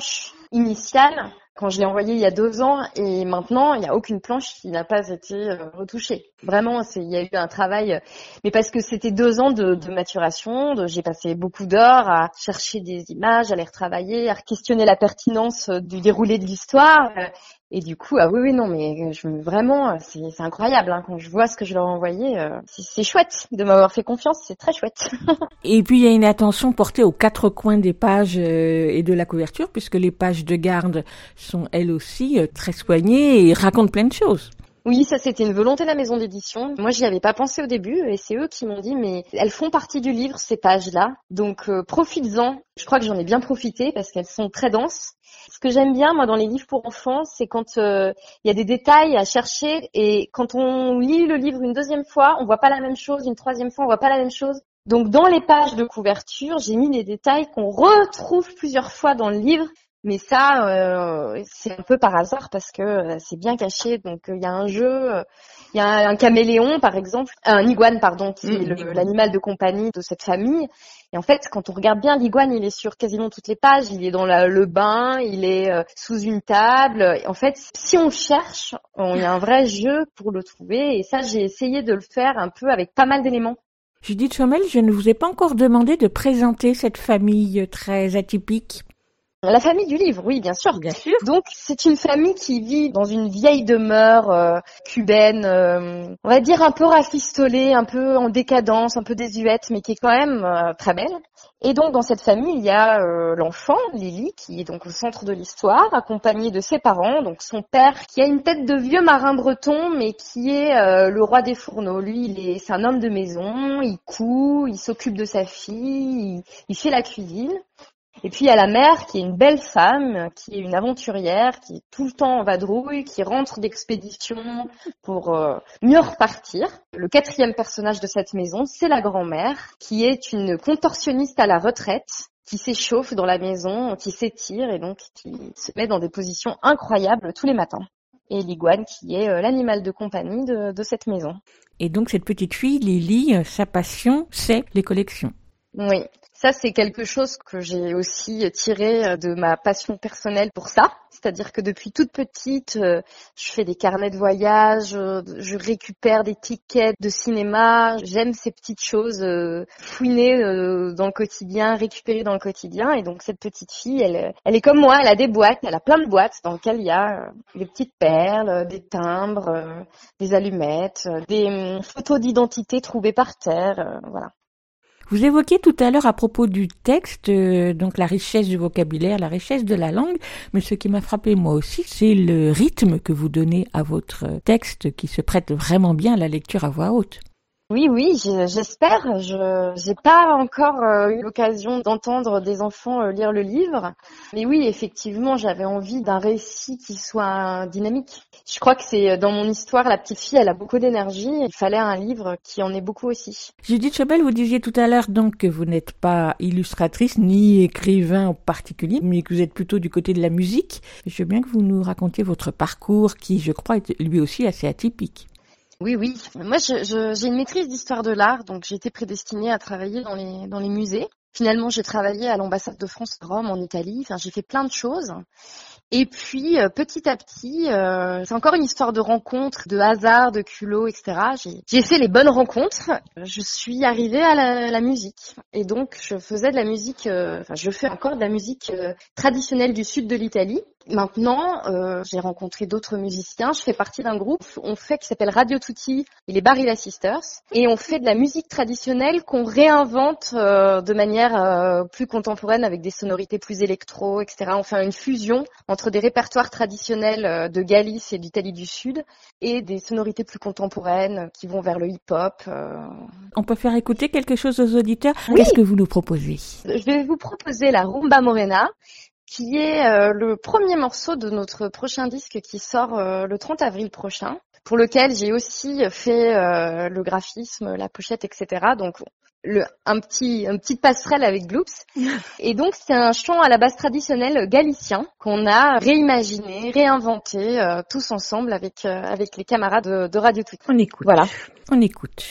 initiale quand je l'ai envoyé il y a deux ans et maintenant il n'y a aucune planche qui n'a pas été euh, retouchée. Vraiment, c'est, il y a eu un travail, mais parce que c'était deux ans de, de maturation, de, j'ai passé beaucoup d'heures à chercher des images, à les retravailler, à questionner la pertinence du déroulé de l'histoire. Et du coup, ah oui, oui, non, mais je, vraiment, c'est, c'est incroyable hein, quand je vois ce que je leur ai envoyé. Euh, c'est, c'est chouette de m'avoir fait confiance, c'est très chouette. Et puis il y a une attention portée aux quatre coins des pages euh, et de la couverture, puisque les pages de garde sont elles aussi euh, très soignées et racontent plein de choses. Oui, ça c'était une volonté de la maison d'édition. Moi, j'y avais pas pensé au début et c'est eux qui m'ont dit mais elles font partie du livre ces pages-là. Donc euh, profites-en. Je crois que j'en ai bien profité parce qu'elles sont très denses. Ce que j'aime bien moi dans les livres pour enfants, c'est quand il euh, y a des détails à chercher et quand on lit le livre une deuxième fois, on voit pas la même chose, une troisième fois, on voit pas la même chose. Donc dans les pages de couverture, j'ai mis des détails qu'on retrouve plusieurs fois dans le livre. Mais ça, euh, c'est un peu par hasard parce que euh, c'est bien caché. Donc il euh, y a un jeu, il euh, y a un, un caméléon par exemple, un iguane pardon, qui mmh, est le, l'animal de compagnie de cette famille. Et en fait, quand on regarde bien l'iguane, il est sur quasiment toutes les pages. Il est dans la, le bain, il est euh, sous une table. Et en fait, si on cherche, il y a un vrai jeu pour le trouver. Et ça, j'ai essayé de le faire un peu avec pas mal d'éléments. Judith Chomel, je ne vous ai pas encore demandé de présenter cette famille très atypique. La famille du livre, oui, bien sûr. Bien sûr. Donc, c'est une famille qui vit dans une vieille demeure euh, cubaine, euh, on va dire un peu rafistolée, un peu en décadence, un peu désuète, mais qui est quand même euh, très belle. Et donc, dans cette famille, il y a euh, l'enfant, Lily, qui est donc au centre de l'histoire, accompagné de ses parents, donc son père, qui a une tête de vieux marin breton, mais qui est euh, le roi des fourneaux. Lui, il est, c'est un homme de maison, il coud, il s'occupe de sa fille, il, il fait la cuisine. Et puis il y a la mère qui est une belle femme, qui est une aventurière, qui est tout le temps en vadrouille, qui rentre d'expédition pour euh, mieux repartir. Le quatrième personnage de cette maison, c'est la grand-mère, qui est une contorsionniste à la retraite, qui s'échauffe dans la maison, qui s'étire et donc qui se met dans des positions incroyables tous les matins. Et l'iguane qui est euh, l'animal de compagnie de, de cette maison. Et donc cette petite fille, Lily, sa passion, c'est les collections. Oui. Ça, c'est quelque chose que j'ai aussi tiré de ma passion personnelle pour ça. C'est-à-dire que depuis toute petite, je fais des carnets de voyage, je récupère des tickets de cinéma. J'aime ces petites choses fouiner dans le quotidien, récupérer dans le quotidien. Et donc, cette petite fille, elle, elle est comme moi, elle a des boîtes, elle a plein de boîtes dans lesquelles il y a des petites perles, des timbres, des allumettes, des photos d'identité trouvées par terre, voilà. Vous évoquiez tout à l'heure à propos du texte, euh, donc la richesse du vocabulaire, la richesse de la langue, mais ce qui m'a frappé moi aussi, c'est le rythme que vous donnez à votre texte qui se prête vraiment bien à la lecture à voix haute. Oui, oui, j'espère. Je j'ai pas encore euh, eu l'occasion d'entendre des enfants euh, lire le livre, mais oui, effectivement, j'avais envie d'un récit qui soit dynamique. Je crois que c'est dans mon histoire, la petite fille, elle a beaucoup d'énergie. Il fallait un livre qui en ait beaucoup aussi. Judith Chomel, vous disiez tout à l'heure donc que vous n'êtes pas illustratrice ni écrivain en particulier, mais que vous êtes plutôt du côté de la musique. Je veux bien que vous nous racontiez votre parcours qui, je crois, est lui aussi assez atypique. Oui, oui. Moi, je, je, j'ai une maîtrise d'histoire de l'art, donc j'ai été prédestinée à travailler dans les, dans les musées. Finalement, j'ai travaillé à l'ambassade de France à Rome, en Italie. Enfin, j'ai fait plein de choses. Et puis, petit à petit, euh, c'est encore une histoire de rencontres, de hasard, de culot, et cetera. J'ai, j'ai fait les bonnes rencontres. Je suis arrivée à la, la musique. Et donc, je faisais de la musique, euh, enfin, je fais encore de la musique euh, traditionnelle du sud de l'Italie. Maintenant, euh, j'ai rencontré d'autres musiciens. Je fais partie d'un groupe, on fait qui s'appelle Radio Tutti et les Barilla Sisters, et on fait de la musique traditionnelle qu'on réinvente euh, de manière euh, plus contemporaine avec des sonorités plus électro, et cetera. On fait une fusion entre des répertoires traditionnels euh, de Galice et d'Italie du Sud et des sonorités plus contemporaines qui vont vers le hip-hop. Euh... On peut faire écouter quelque chose aux auditeurs. Oui. Qu'est-ce que vous nous proposez ? Je vais vous proposer la Rumba Morena, qui est euh, le premier morceau de notre prochain disque qui sort euh, le trente avril prochain, pour lequel j'ai aussi fait euh, le graphisme, la pochette, et cetera. Donc le, un petit, une petite passerelle avec Gloops. Et donc c'est un chant à la base traditionnel galicien qu'on a réimaginé, réinventé euh, tous ensemble avec euh, avec les camarades de, de Radio Tutti. On écoute. Voilà. On écoute.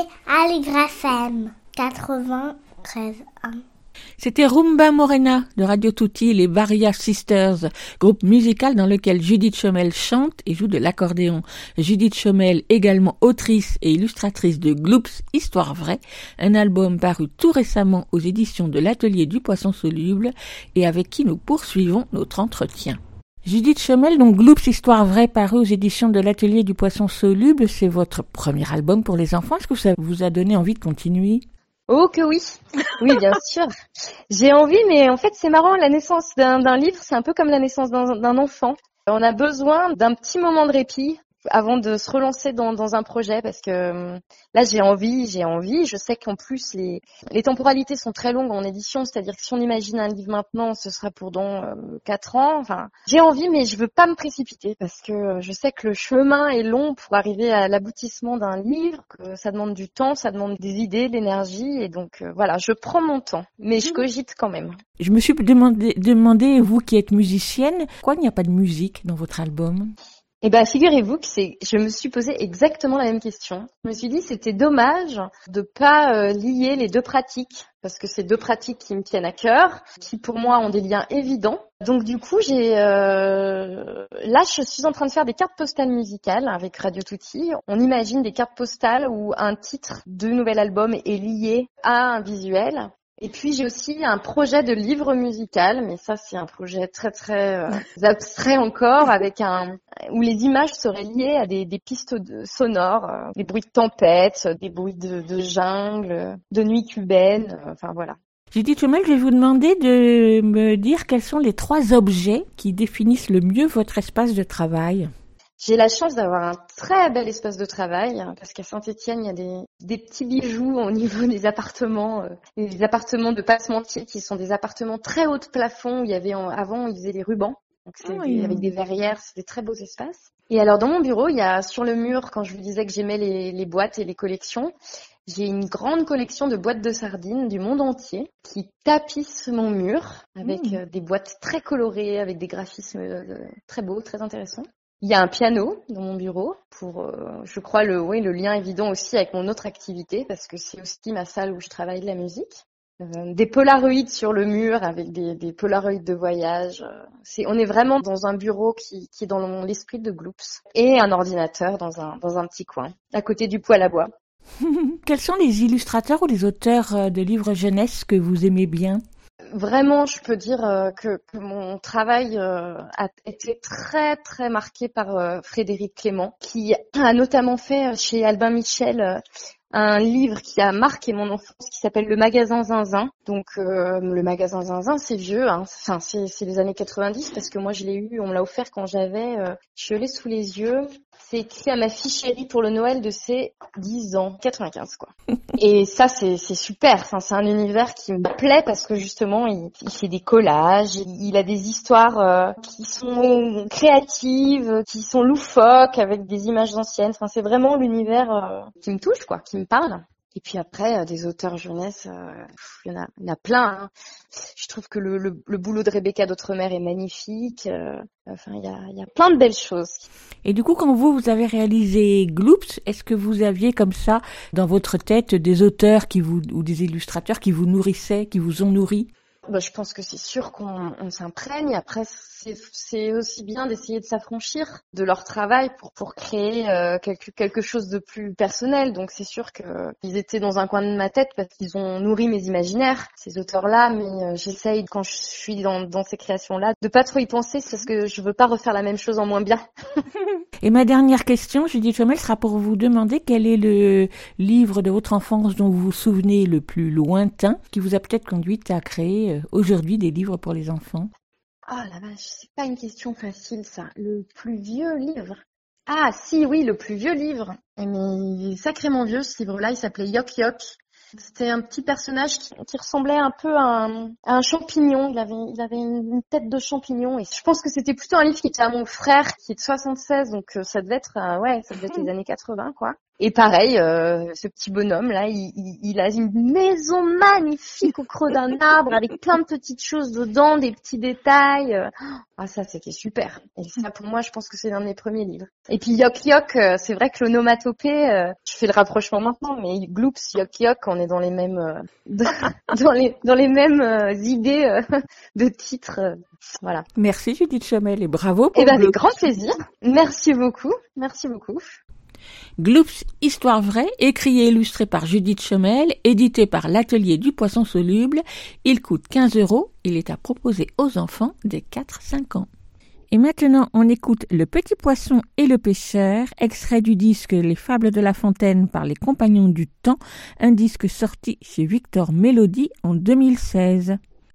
Aligre F M quatre-vingt-treize un. C'était Rumba Morena de Radio Tutti, les Baria Sisters, groupe musical dans lequel Judith Chomel chante et joue de l'accordéon. Judith Chomel, également autrice et illustratrice de Gloops, Histoire vraie, un album paru tout récemment aux éditions de l'Atelier du Poisson Soluble et avec qui nous poursuivons notre entretien. Judith Chomel, donc Gloops, Histoire vraie, paru aux éditions de l'Atelier du Poisson Soluble, c'est votre premier album pour les enfants. Est-ce que ça vous a donné envie de continuer ? Oh que oui, oui bien sûr. J'ai envie, mais en fait c'est marrant, la naissance d'un, d'un livre, c'est un peu comme la naissance d'un, d'un enfant. On a besoin d'un petit moment de répit avant de se relancer dans, dans un projet, parce que là j'ai envie, j'ai envie. Je sais qu'en plus les, les temporalités sont très longues en édition, c'est-à-dire que si on imagine un livre maintenant, ce sera pour dans euh, quatre ans. Enfin, j'ai envie, mais je veux pas me précipiter parce que je sais que le chemin est long pour arriver à l'aboutissement d'un livre, que ça demande du temps, ça demande des idées, de l'énergie, et donc euh, voilà, je prends mon temps, mais je cogite quand même. Je me suis demandé, demandé, vous qui êtes musicienne, pourquoi il n'y a pas de musique dans votre album ? Eh ben, figurez-vous que c'est, je me suis posé exactement la même question. Je me suis dit, c'était dommage de pas euh, lier les deux pratiques, parce que c'est deux pratiques qui me tiennent à cœur, qui pour moi ont des liens évidents. Donc du coup, j'ai, euh, là, je suis en train de faire des cartes postales musicales avec Radio Tutti. On imagine des cartes postales où un titre de nouvel album est lié à un visuel. Et puis j'ai aussi un projet de livre musical, mais ça c'est un projet très très euh, abstrait encore, avec un où les images seraient liées à des, des pistes de, sonores, euh, des bruits de tempête, des bruits de, de jungle, de nuit cubaine, euh, enfin voilà. Judith Chomel, je vais vous demander de me dire quels sont les trois objets qui définissent le mieux votre espace de travail. J'ai la chance d'avoir un très bel espace de travail, parce qu'à Saint-Étienne, il y a des, des petits bijoux au niveau des appartements, euh, les appartements de Passementier, qui sont des appartements très haut de plafond, où il y avait en, avant, ils faisaient des rubans, donc c'est oui. des, avec des verrières, c'est des très beaux espaces. Et alors dans mon bureau, il y a sur le mur, quand je vous disais que j'aimais les, les boîtes et les collections, j'ai une grande collection de boîtes de sardines du monde entier qui tapissent mon mur, avec mmh. euh, des boîtes très colorées, avec des graphismes euh, très beaux, très intéressants. Il y a un piano dans mon bureau pour, euh, je crois, le, oui, le lien évident aussi avec mon autre activité, parce que c'est aussi ma salle où je travaille de la musique. Euh, des polaroids sur le mur avec des, des polaroids de voyage. C'est, on est vraiment dans un bureau qui, qui est dans l'esprit de Gloops. Et un ordinateur dans un, dans un petit coin, à côté du poêle à bois. Quels sont les illustrateurs ou les auteurs de livres jeunesse que vous aimez bien ? Vraiment, je peux dire euh, que, que mon travail euh, a été très très marqué par euh, Frédéric Clément, qui a notamment fait chez Albin Michel euh, un livre qui a marqué mon enfance, qui s'appelle Le Magasin Zinzin. Donc euh, le Magasin Zinzin, c'est vieux, hein. Enfin c'est, c'est les années quatre-vingt-dix, parce que moi je l'ai eu, on me l'a offert quand j'avais, euh, je l'ai sous les yeux. C'est écrit à ma fille chérie pour le Noël de ses dix ans, quatre-vingt-quinze quoi. Et ça c'est c'est super, enfin c'est un univers qui me plaît parce que justement il, il fait des collages, il, il a des histoires euh, qui sont créatives, qui sont loufoques avec des images anciennes. Enfin c'est vraiment l'univers euh, qui me touche quoi, qui me parle. Et puis après, euh, des auteurs jeunesse, euh, il y en a, il y en a plein. Hein. Je trouve que le, le, le boulot de Rebecca d'Outremer est magnifique. Euh, enfin, il y a, il y a plein de belles choses. Et du coup, quand vous, vous avez réalisé Gloops, est-ce que vous aviez comme ça, dans votre tête, des auteurs qui vous, ou des illustrateurs qui vous nourrissaient, qui vous ont nourri ? Bah, je pense que c'est sûr qu'on on s'imprègne. Après, c'est, c'est aussi bien d'essayer de s'affranchir de leur travail pour pour créer euh, quelque quelque chose de plus personnel. Donc c'est sûr que ils étaient dans un coin de ma tête parce qu'ils ont nourri mes imaginaires, ces auteurs-là. Mais euh, j'essaye quand je suis dans dans ces créations-là de pas trop y penser, parce que je veux pas refaire la même chose en moins bien. Et ma dernière question, Judith Chomel, sera pour vous demander quel est le livre de votre enfance dont vous vous souvenez le plus lointain, qui vous a peut-être conduite à créer euh, aujourd'hui des livres pour les enfants. Oh la vache, c'est pas une question facile ça. Le plus vieux livre. Ah si, oui, le plus vieux livre. Mais il est sacrément vieux ce livre-là, il s'appelait Yok Yok. C'était un petit personnage qui, qui ressemblait un peu à un, à un champignon. Il avait, il avait une, une tête de champignon. Et je pense que c'était plutôt un livre qui était à mon frère, qui est de soixante-seize. Donc ça devait être, euh, ouais, ça devait être les années quatre-vingts, quoi. Et pareil, euh, ce petit bonhomme là, il, il, il a une maison magnifique au creux d'un arbre avec plein de petites choses dedans, des petits détails. Ah ça c'était super. Et ça pour moi je pense que c'est l'un de mes premiers livres. Et puis Yok Yok, euh, c'est vrai que l'onomatopée, euh, je fais le rapprochement maintenant, mais Gloops, Yok Yok, on est dans les mêmes euh, dans les dans les mêmes euh, idées euh, de titres. Euh, voilà. Merci Judith Chomel et bravo pour Eh ben avec Gloops. grand plaisir. Merci beaucoup. Merci beaucoup. Gloops, histoire vraie, écrit et illustré par Judith Chomel, édité par l'Atelier du Poisson Soluble. Il coûte quinze euros. Il est à proposer aux enfants des quatre à cinq ans. Et maintenant, on écoute Le Petit Poisson et le Pêcheur, extrait du disque Les Fables de La Fontaine par les Compagnons du Temps, un disque sorti chez Victor Mélodie en deux mille seize.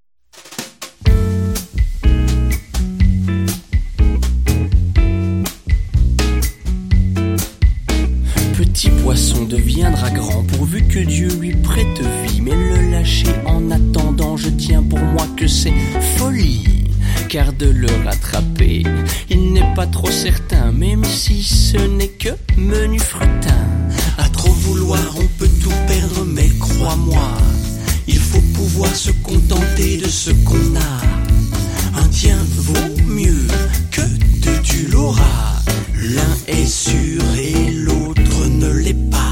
Petit poisson deviendra grand pourvu que Dieu lui prête vie, mais le lâcher en attendant, je tiens pour moi que c'est folie. Car de le rattraper, il n'est pas trop certain, même si ce n'est que menu fretin. À trop vouloir, on peut tout perdre, mais crois-moi, il faut pouvoir se contenter de ce qu'on a. Un tien vaut mieux que deux, tu l'auras. L'un est sûr et l'autre ne l'est pas.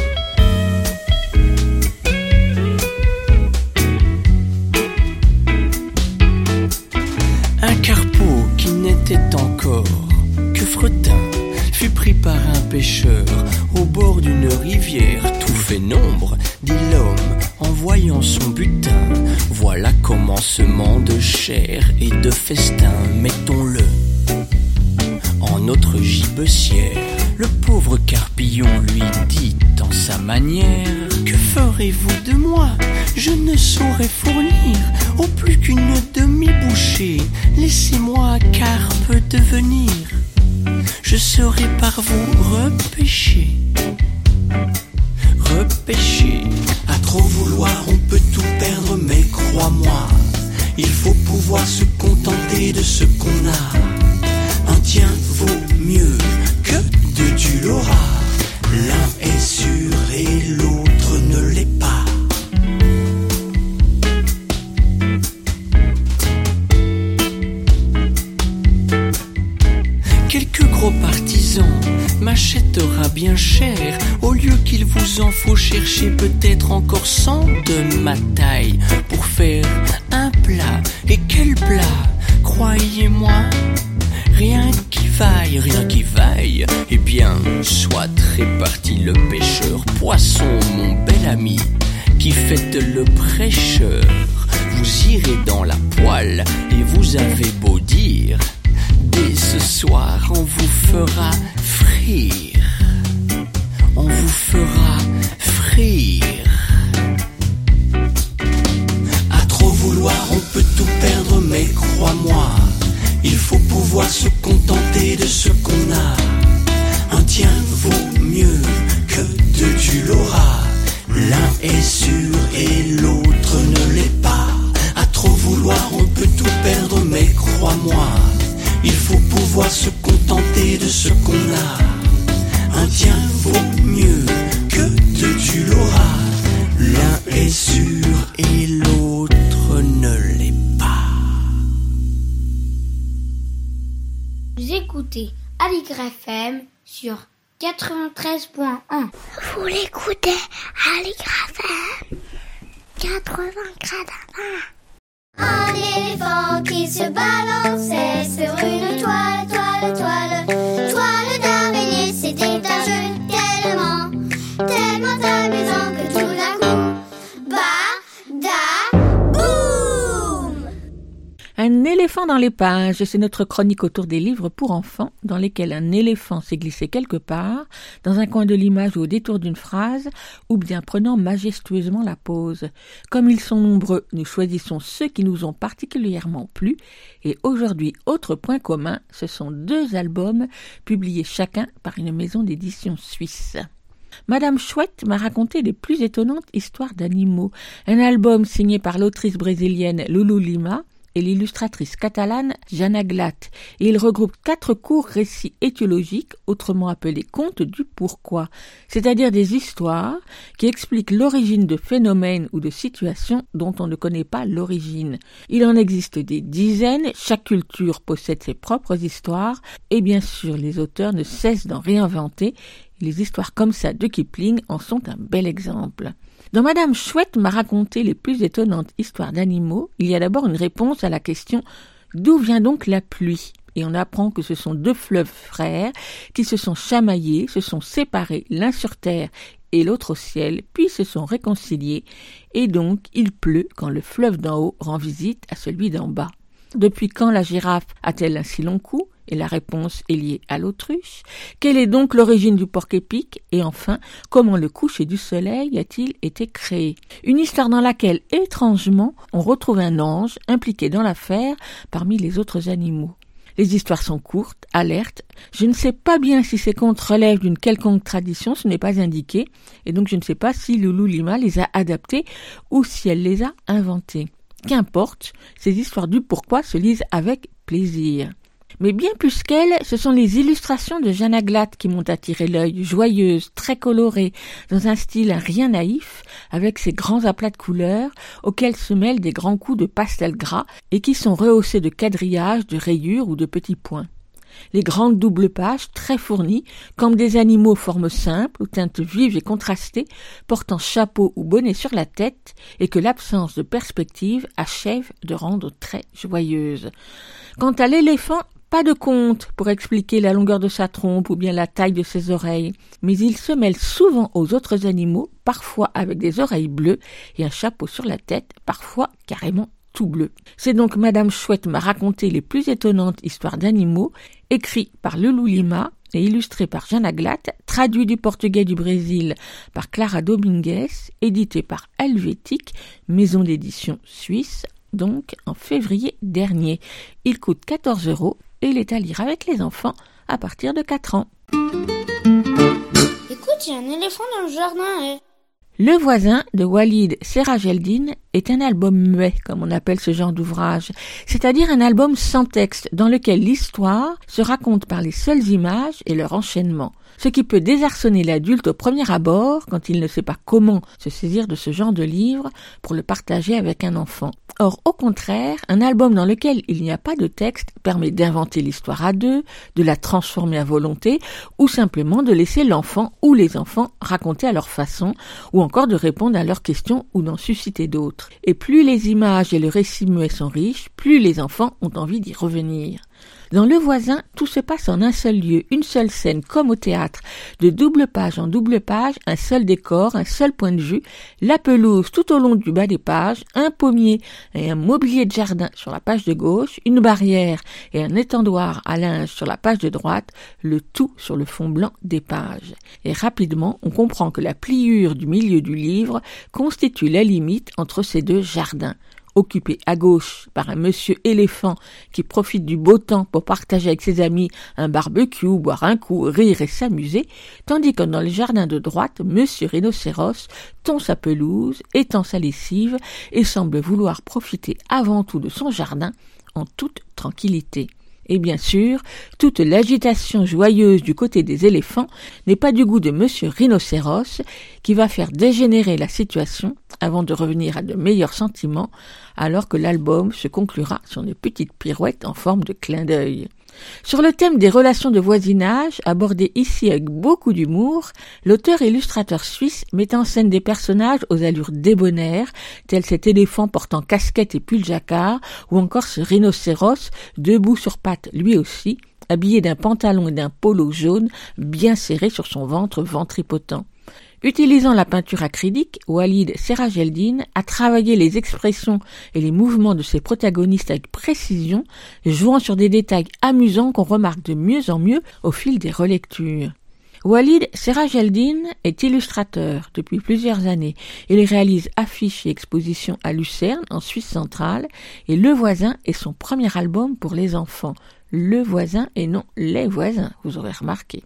Un carpeau qui n'était encore que fretin fut pris par un pêcheur au bord d'une rivière. Tout fait nombre, dit l'homme en voyant son butin. Voilà commencement de chair et de festin, mettons-le en notre gibecière. Le pauvre carpillon lui dit en sa manière: que ferez-vous de moi? Je ne saurais fournir au plus qu'une demi-bouchée. Laissez-moi carpe devenir, je saurai par vous repêcher. Repêcher. À trop vouloir, on peut tout perdre, mais crois-moi, il faut pouvoir se contenter de ce qu'on a. Un tien vaut mieux que deux, tu l'auras. L'un est sûr et l'autre ne l'est pas. Quelques gros partisans m'achètera bien cher. Au lieu qu'il vous en faut chercher peut-être encore cent de ma taille pour faire un plat. Et quel plat, croyez-moi, rien qui vaille, rien qui vaille. Eh bien, soit réparti le pêcheur poisson, mon bel ami, qui faites le prêcheur. Vous irez dans la poêle et vous avez beau dire, dès ce soir on vous fera frire. On vous fera frire. À trop vouloir, on peut tout perdre, mais crois-moi, il faut pouvoir se contenter de ce qu'on a. Un tien vaut mieux que deux, tu l'auras. L'un est sûr et l'autre ne l'est pas. À trop vouloir, on peut tout perdre, mais crois-moi, il faut pouvoir se contenter de ce qu'on a. Un tien vaut mieux que deux, tu l'auras. L'un est sûr et l'autre ne l'est pas. Vous écoutez Aligre F M sur quatre-vingt-treize point un. Vous l'écoutez Aligre F M quatre-vingts Un éléphant qui se balançait sur une toile, toile, toile, toile d'araignée. C'était un jeu tellement, tellement amusant que tout d'un coup, bah, da, boum! Un éléphant dans les pages, c'est notre chronique autour des livres pour enfants dans lesquels un éléphant s'est glissé quelque part, dans un coin de l'image ou au détour d'une phrase, ou bien prenant majestueusement la pose. Comme ils sont nombreux, nous choisissons ceux qui nous ont particulièrement plu, et aujourd'hui, autre point commun, ce sont deux albums publiés chacun par une maison d'édition suisse. Madame Chouette m'a raconté les plus étonnantes histoires d'animaux. Un album signé par l'autrice brésilienne Lulu Lima, est l'illustratrice catalane Jana Glatt et il regroupe quatre courts récits étiologiques, autrement appelés contes du pourquoi, c'est-à-dire des histoires qui expliquent l'origine de phénomènes ou de situations dont on ne connaît pas l'origine. Il en existe des dizaines, chaque culture possède ses propres histoires et bien sûr les auteurs ne cessent d'en réinventer. Les histoires comme ça de Kipling en sont un bel exemple. Dans Madame Chouette m'a raconté les plus étonnantes histoires d'animaux, il y a d'abord une réponse à la question « D'où vient donc la pluie ?» Et on apprend que ce sont deux fleuves frères qui se sont chamaillés, se sont séparés l'un sur terre et l'autre au ciel, puis se sont réconciliés, et donc il pleut quand le fleuve d'en haut rend visite à celui d'en bas. Depuis quand la girafe a-t-elle un si long cou ? Et la réponse est liée à l'autruche. Quelle est donc l'origine du porc-épic ? Et enfin, comment le coucher du soleil a-t-il été créé ? Une histoire dans laquelle, étrangement, on retrouve un ange impliqué dans l'affaire parmi les autres animaux. Les histoires sont courtes, alertes. Je ne sais pas bien si ces contes relèvent d'une quelconque tradition, ce n'est pas indiqué. Et donc je ne sais pas si Loulou Lima les a adaptés ou si elle les a inventés. Qu'importe, ces histoires du pourquoi se lisent avec plaisir. Mais bien plus qu'elle, ce sont les illustrations de Jana Glatt qui m'ont attiré l'œil, joyeuses, très colorées, dans un style rien naïf, avec ses grands aplats de couleurs, auxquels se mêlent des grands coups de pastel gras, et qui sont rehaussés de quadrillages, de rayures ou de petits points. Les grandes doubles pages, très fournies, comme des animaux formes simples, aux teintes vives et contrastées, portant chapeau ou bonnet sur la tête, et que l'absence de perspective achève de rendre très joyeuse. Quant à l'éléphant, pas de conte pour expliquer la longueur de sa trompe ou bien la taille de ses oreilles, mais il se mêle souvent aux autres animaux, parfois avec des oreilles bleues et un chapeau sur la tête, parfois carrément tout bleu. C'est donc Madame Chouette m'a raconté les plus étonnantes histoires d'animaux, écrits par Loulou Lima et illustrés par Jana Glatt, traduit du portugais du Brésil par Clara Domingues, édité par Helvétique, maison d'édition suisse, donc en février dernier. Il coûte quatorze euros et il est à lire avec les enfants à partir de quatre ans. Écoute, il y a un éléphant dans le jardin. Et... Le voisin de Walid Serageldine est un album muet, comme on appelle ce genre d'ouvrage, c'est-à-dire un album sans texte dans lequel l'histoire se raconte par les seules images et leur enchaînement, ce qui peut désarçonner l'adulte au premier abord quand il ne sait pas comment se saisir de ce genre de livre pour le partager avec un enfant. Or, au contraire, un album dans lequel il n'y a pas de texte permet d'inventer l'histoire à deux, de la transformer à volonté, ou simplement de laisser l'enfant ou les enfants raconter à leur façon, ou encore de répondre à leurs questions ou d'en susciter d'autres. Et plus les images et le récit muet sont riches, plus les enfants ont envie d'y revenir. Dans Le Voisin, tout se passe en un seul lieu, une seule scène, comme au théâtre, de double page en double page, un seul décor, un seul point de vue, la pelouse tout au long du bas des pages, un pommier et un mobilier de jardin sur la page de gauche, une barrière et un étendoir à linge sur la page de droite, le tout sur le fond blanc des pages. Et rapidement, on comprend que la pliure du milieu du livre constitue la limite entre ces deux jardins. Occupé à gauche par un monsieur éléphant qui profite du beau temps pour partager avec ses amis un barbecue, boire un coup, rire et s'amuser, tandis que dans le jardin de droite, monsieur rhinocéros tond sa pelouse, étend sa lessive et semble vouloir profiter avant tout de son jardin en toute tranquillité. Et bien sûr, toute l'agitation joyeuse du côté des éléphants n'est pas du goût de monsieur Rhinocéros, qui va faire dégénérer la situation avant de revenir à de meilleurs sentiments, alors que l'album se conclura sur une petite pirouette en forme de clin d'œil. Sur le thème des relations de voisinage, abordé ici avec beaucoup d'humour, l'auteur et illustrateur suisse met en scène des personnages aux allures débonnaires, tels cet éléphant portant casquette et pull jacquard, ou encore ce rhinocéros, debout sur pattes lui aussi, habillé d'un pantalon et d'un polo jaune bien serré sur son ventre ventripotent. Utilisant la peinture acrylique, Walid Serageldine a travaillé les expressions et les mouvements de ses protagonistes avec précision, jouant sur des détails amusants qu'on remarque de mieux en mieux au fil des relectures. Walid Serageldine est illustrateur depuis plusieurs années. Il réalise affiches et expositions à Lucerne, en Suisse centrale, et Le Voisin est son premier album pour les enfants. Le Voisin et non Les Voisins, vous aurez remarqué.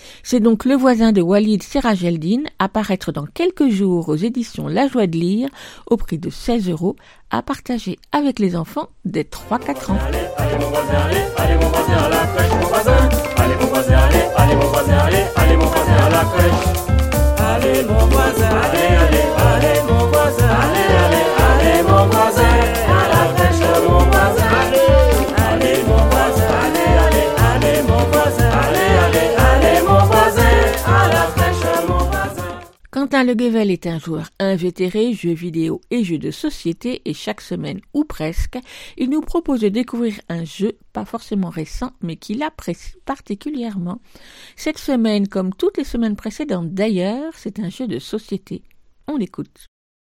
C'est donc Le voisin de Walid Serageldine, à paraître dans quelques jours aux éditions La Joie de lire, au prix de seize euros, à partager avec les enfants dès trois à quatre ans. Allez, allez mon voisin, allez, allez mon voisin à la crèche, mon voisin. Allez mon voisin, allez, allez mon voisin, allez, allez mon voisin à la crèche. Allez mon voisin, allez, allez, allez mon voisin, allez, allez, allez mon voisin à la crèche, mon voisin. Allez, allez mon voisin, allez, allez, allez mon voisin, allez, allez, allez mon voisin à la crèche, mon voisin. Quentin Le Guevel est un joueur invétéré, jeux vidéo et jeux de société, et chaque semaine, ou presque, il nous propose de découvrir un jeu, pas forcément récent, mais qu'il apprécie particulièrement. Cette semaine, comme toutes les semaines précédentes d'ailleurs, c'est un jeu de société. On l'écoute.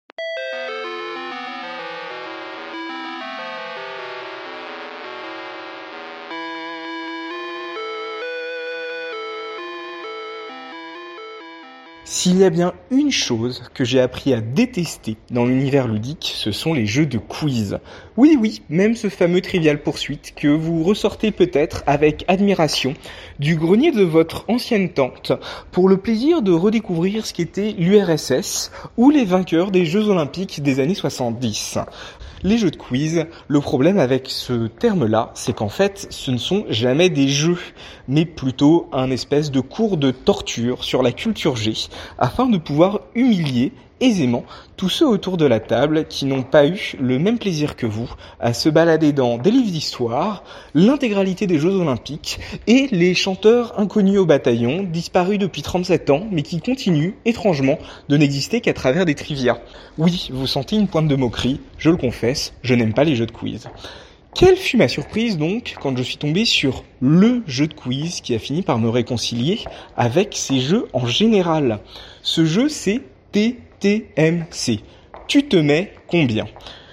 S'il y a bien une chose que j'ai appris à détester dans l'univers ludique, ce sont les jeux de quiz. Oui, oui, même ce fameux Trivial Poursuite que vous ressortez peut-être avec admiration du grenier de votre ancienne tante pour le plaisir de redécouvrir ce qu'était l'U R S S ou les vainqueurs des Jeux Olympiques des années soixante-dix. Les jeux de quiz, le problème avec ce terme-là, c'est qu'en fait, ce ne sont jamais des jeux, mais plutôt un espèce de cours de torture sur la culture G, afin de pouvoir humilier aisément tous ceux autour de la table qui n'ont pas eu le même plaisir que vous à se balader dans des livres d'histoire, l'intégralité des Jeux Olympiques et les chanteurs inconnus au bataillon, disparus depuis trente-sept ans, mais qui continuent, étrangement, de n'exister qu'à travers des trivia. Oui, vous sentez une pointe de moquerie, je le confesse, je n'aime pas les jeux de quiz. Quelle fut ma surprise donc quand je suis tombé sur le jeu de quiz qui a fini par me réconcilier avec ces jeux en général. Ce jeu, c'est T T M C. Tu te mets combien ?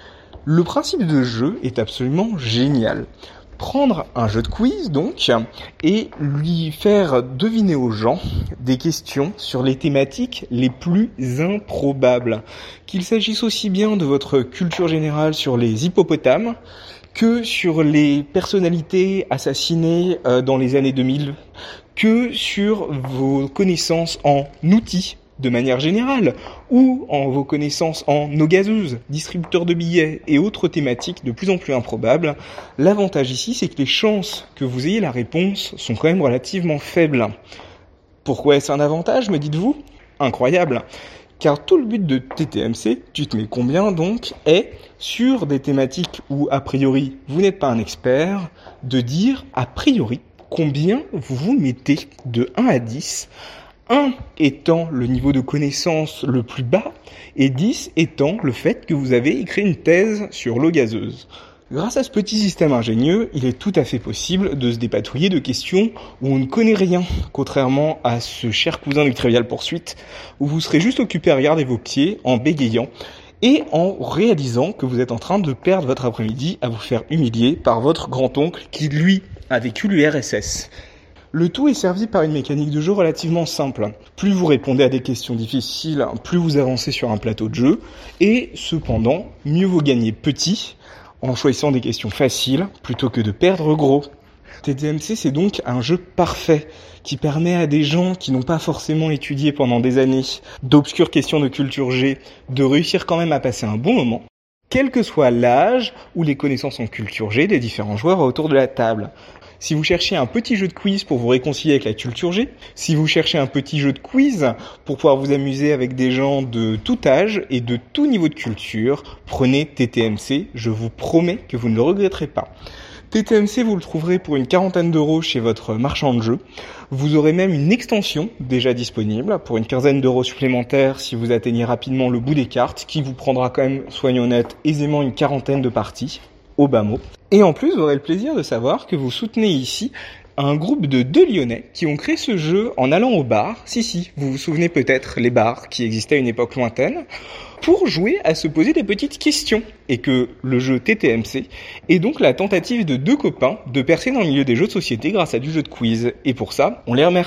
Le principe de jeu est absolument génial. Prendre un jeu de quiz, donc, et lui faire deviner aux gens des questions sur les thématiques les plus improbables. Qu'il s'agisse aussi bien de votre culture générale sur les hippopotames, que sur les personnalités assassinées dans les années deux mille, que sur vos connaissances en outils, de manière générale, ou en vos connaissances en eau gazeuse, distributeurs de billets et autres thématiques de plus en plus improbables. L'avantage ici, c'est que les chances que vous ayez la réponse sont quand même relativement faibles. Pourquoi est-ce un avantage, me dites-vous ? Incroyable. Car tout le but de T T M C, tu te mets combien donc, est, sur des thématiques où a priori vous n'êtes pas un expert, de dire a priori combien vous vous mettez de un à dix, un étant le niveau de connaissance le plus bas et dix étant le fait que vous avez écrit une thèse sur l'eau gazeuse. Grâce à ce petit système ingénieux, il est tout à fait possible de se dépatouiller de questions où on ne connaît rien, contrairement à ce cher cousin du Trivial Poursuite, où vous serez juste occupé à regarder vos pieds en bégayant et en réalisant que vous êtes en train de perdre votre après-midi à vous faire humilier par votre grand-oncle qui, lui, a vécu l'U R S S. Le tout est servi par une mécanique de jeu relativement simple. Plus vous répondez à des questions difficiles, plus vous avancez sur un plateau de jeu, et cependant, mieux vaut gagner petit, en choisissant des questions faciles, plutôt que de perdre gros. T T M C, c'est donc un jeu parfait, qui permet à des gens qui n'ont pas forcément étudié pendant des années d'obscures questions de culture G, de réussir quand même à passer un bon moment, quel que soit l'âge ou les connaissances en culture G des différents joueurs autour de la table. Si vous cherchez un petit jeu de quiz pour vous réconcilier avec la culture G, si vous cherchez un petit jeu de quiz pour pouvoir vous amuser avec des gens de tout âge et de tout niveau de culture, prenez T T M C, je vous promets que vous ne le regretterez pas. T T M C, vous le trouverez pour une quarantaine d'euros chez votre marchand de jeux. Vous aurez même une extension déjà disponible pour une quinzaine d'euros supplémentaires si vous atteignez rapidement le bout des cartes, qui vous prendra quand même, soyons honnêtes, aisément une quarantaine de parties, au bas mot. Et en plus, vous aurez le plaisir de savoir que vous soutenez ici un groupe de deux Lyonnais qui ont créé ce jeu en allant au bar, si si, vous vous souvenez peut-être les bars qui existaient à une époque lointaine, pour jouer à se poser des petites questions, et que le jeu T T M C est donc la tentative de deux copains de percer dans le milieu des jeux de société grâce à du jeu de quiz, et pour ça, on les remercie.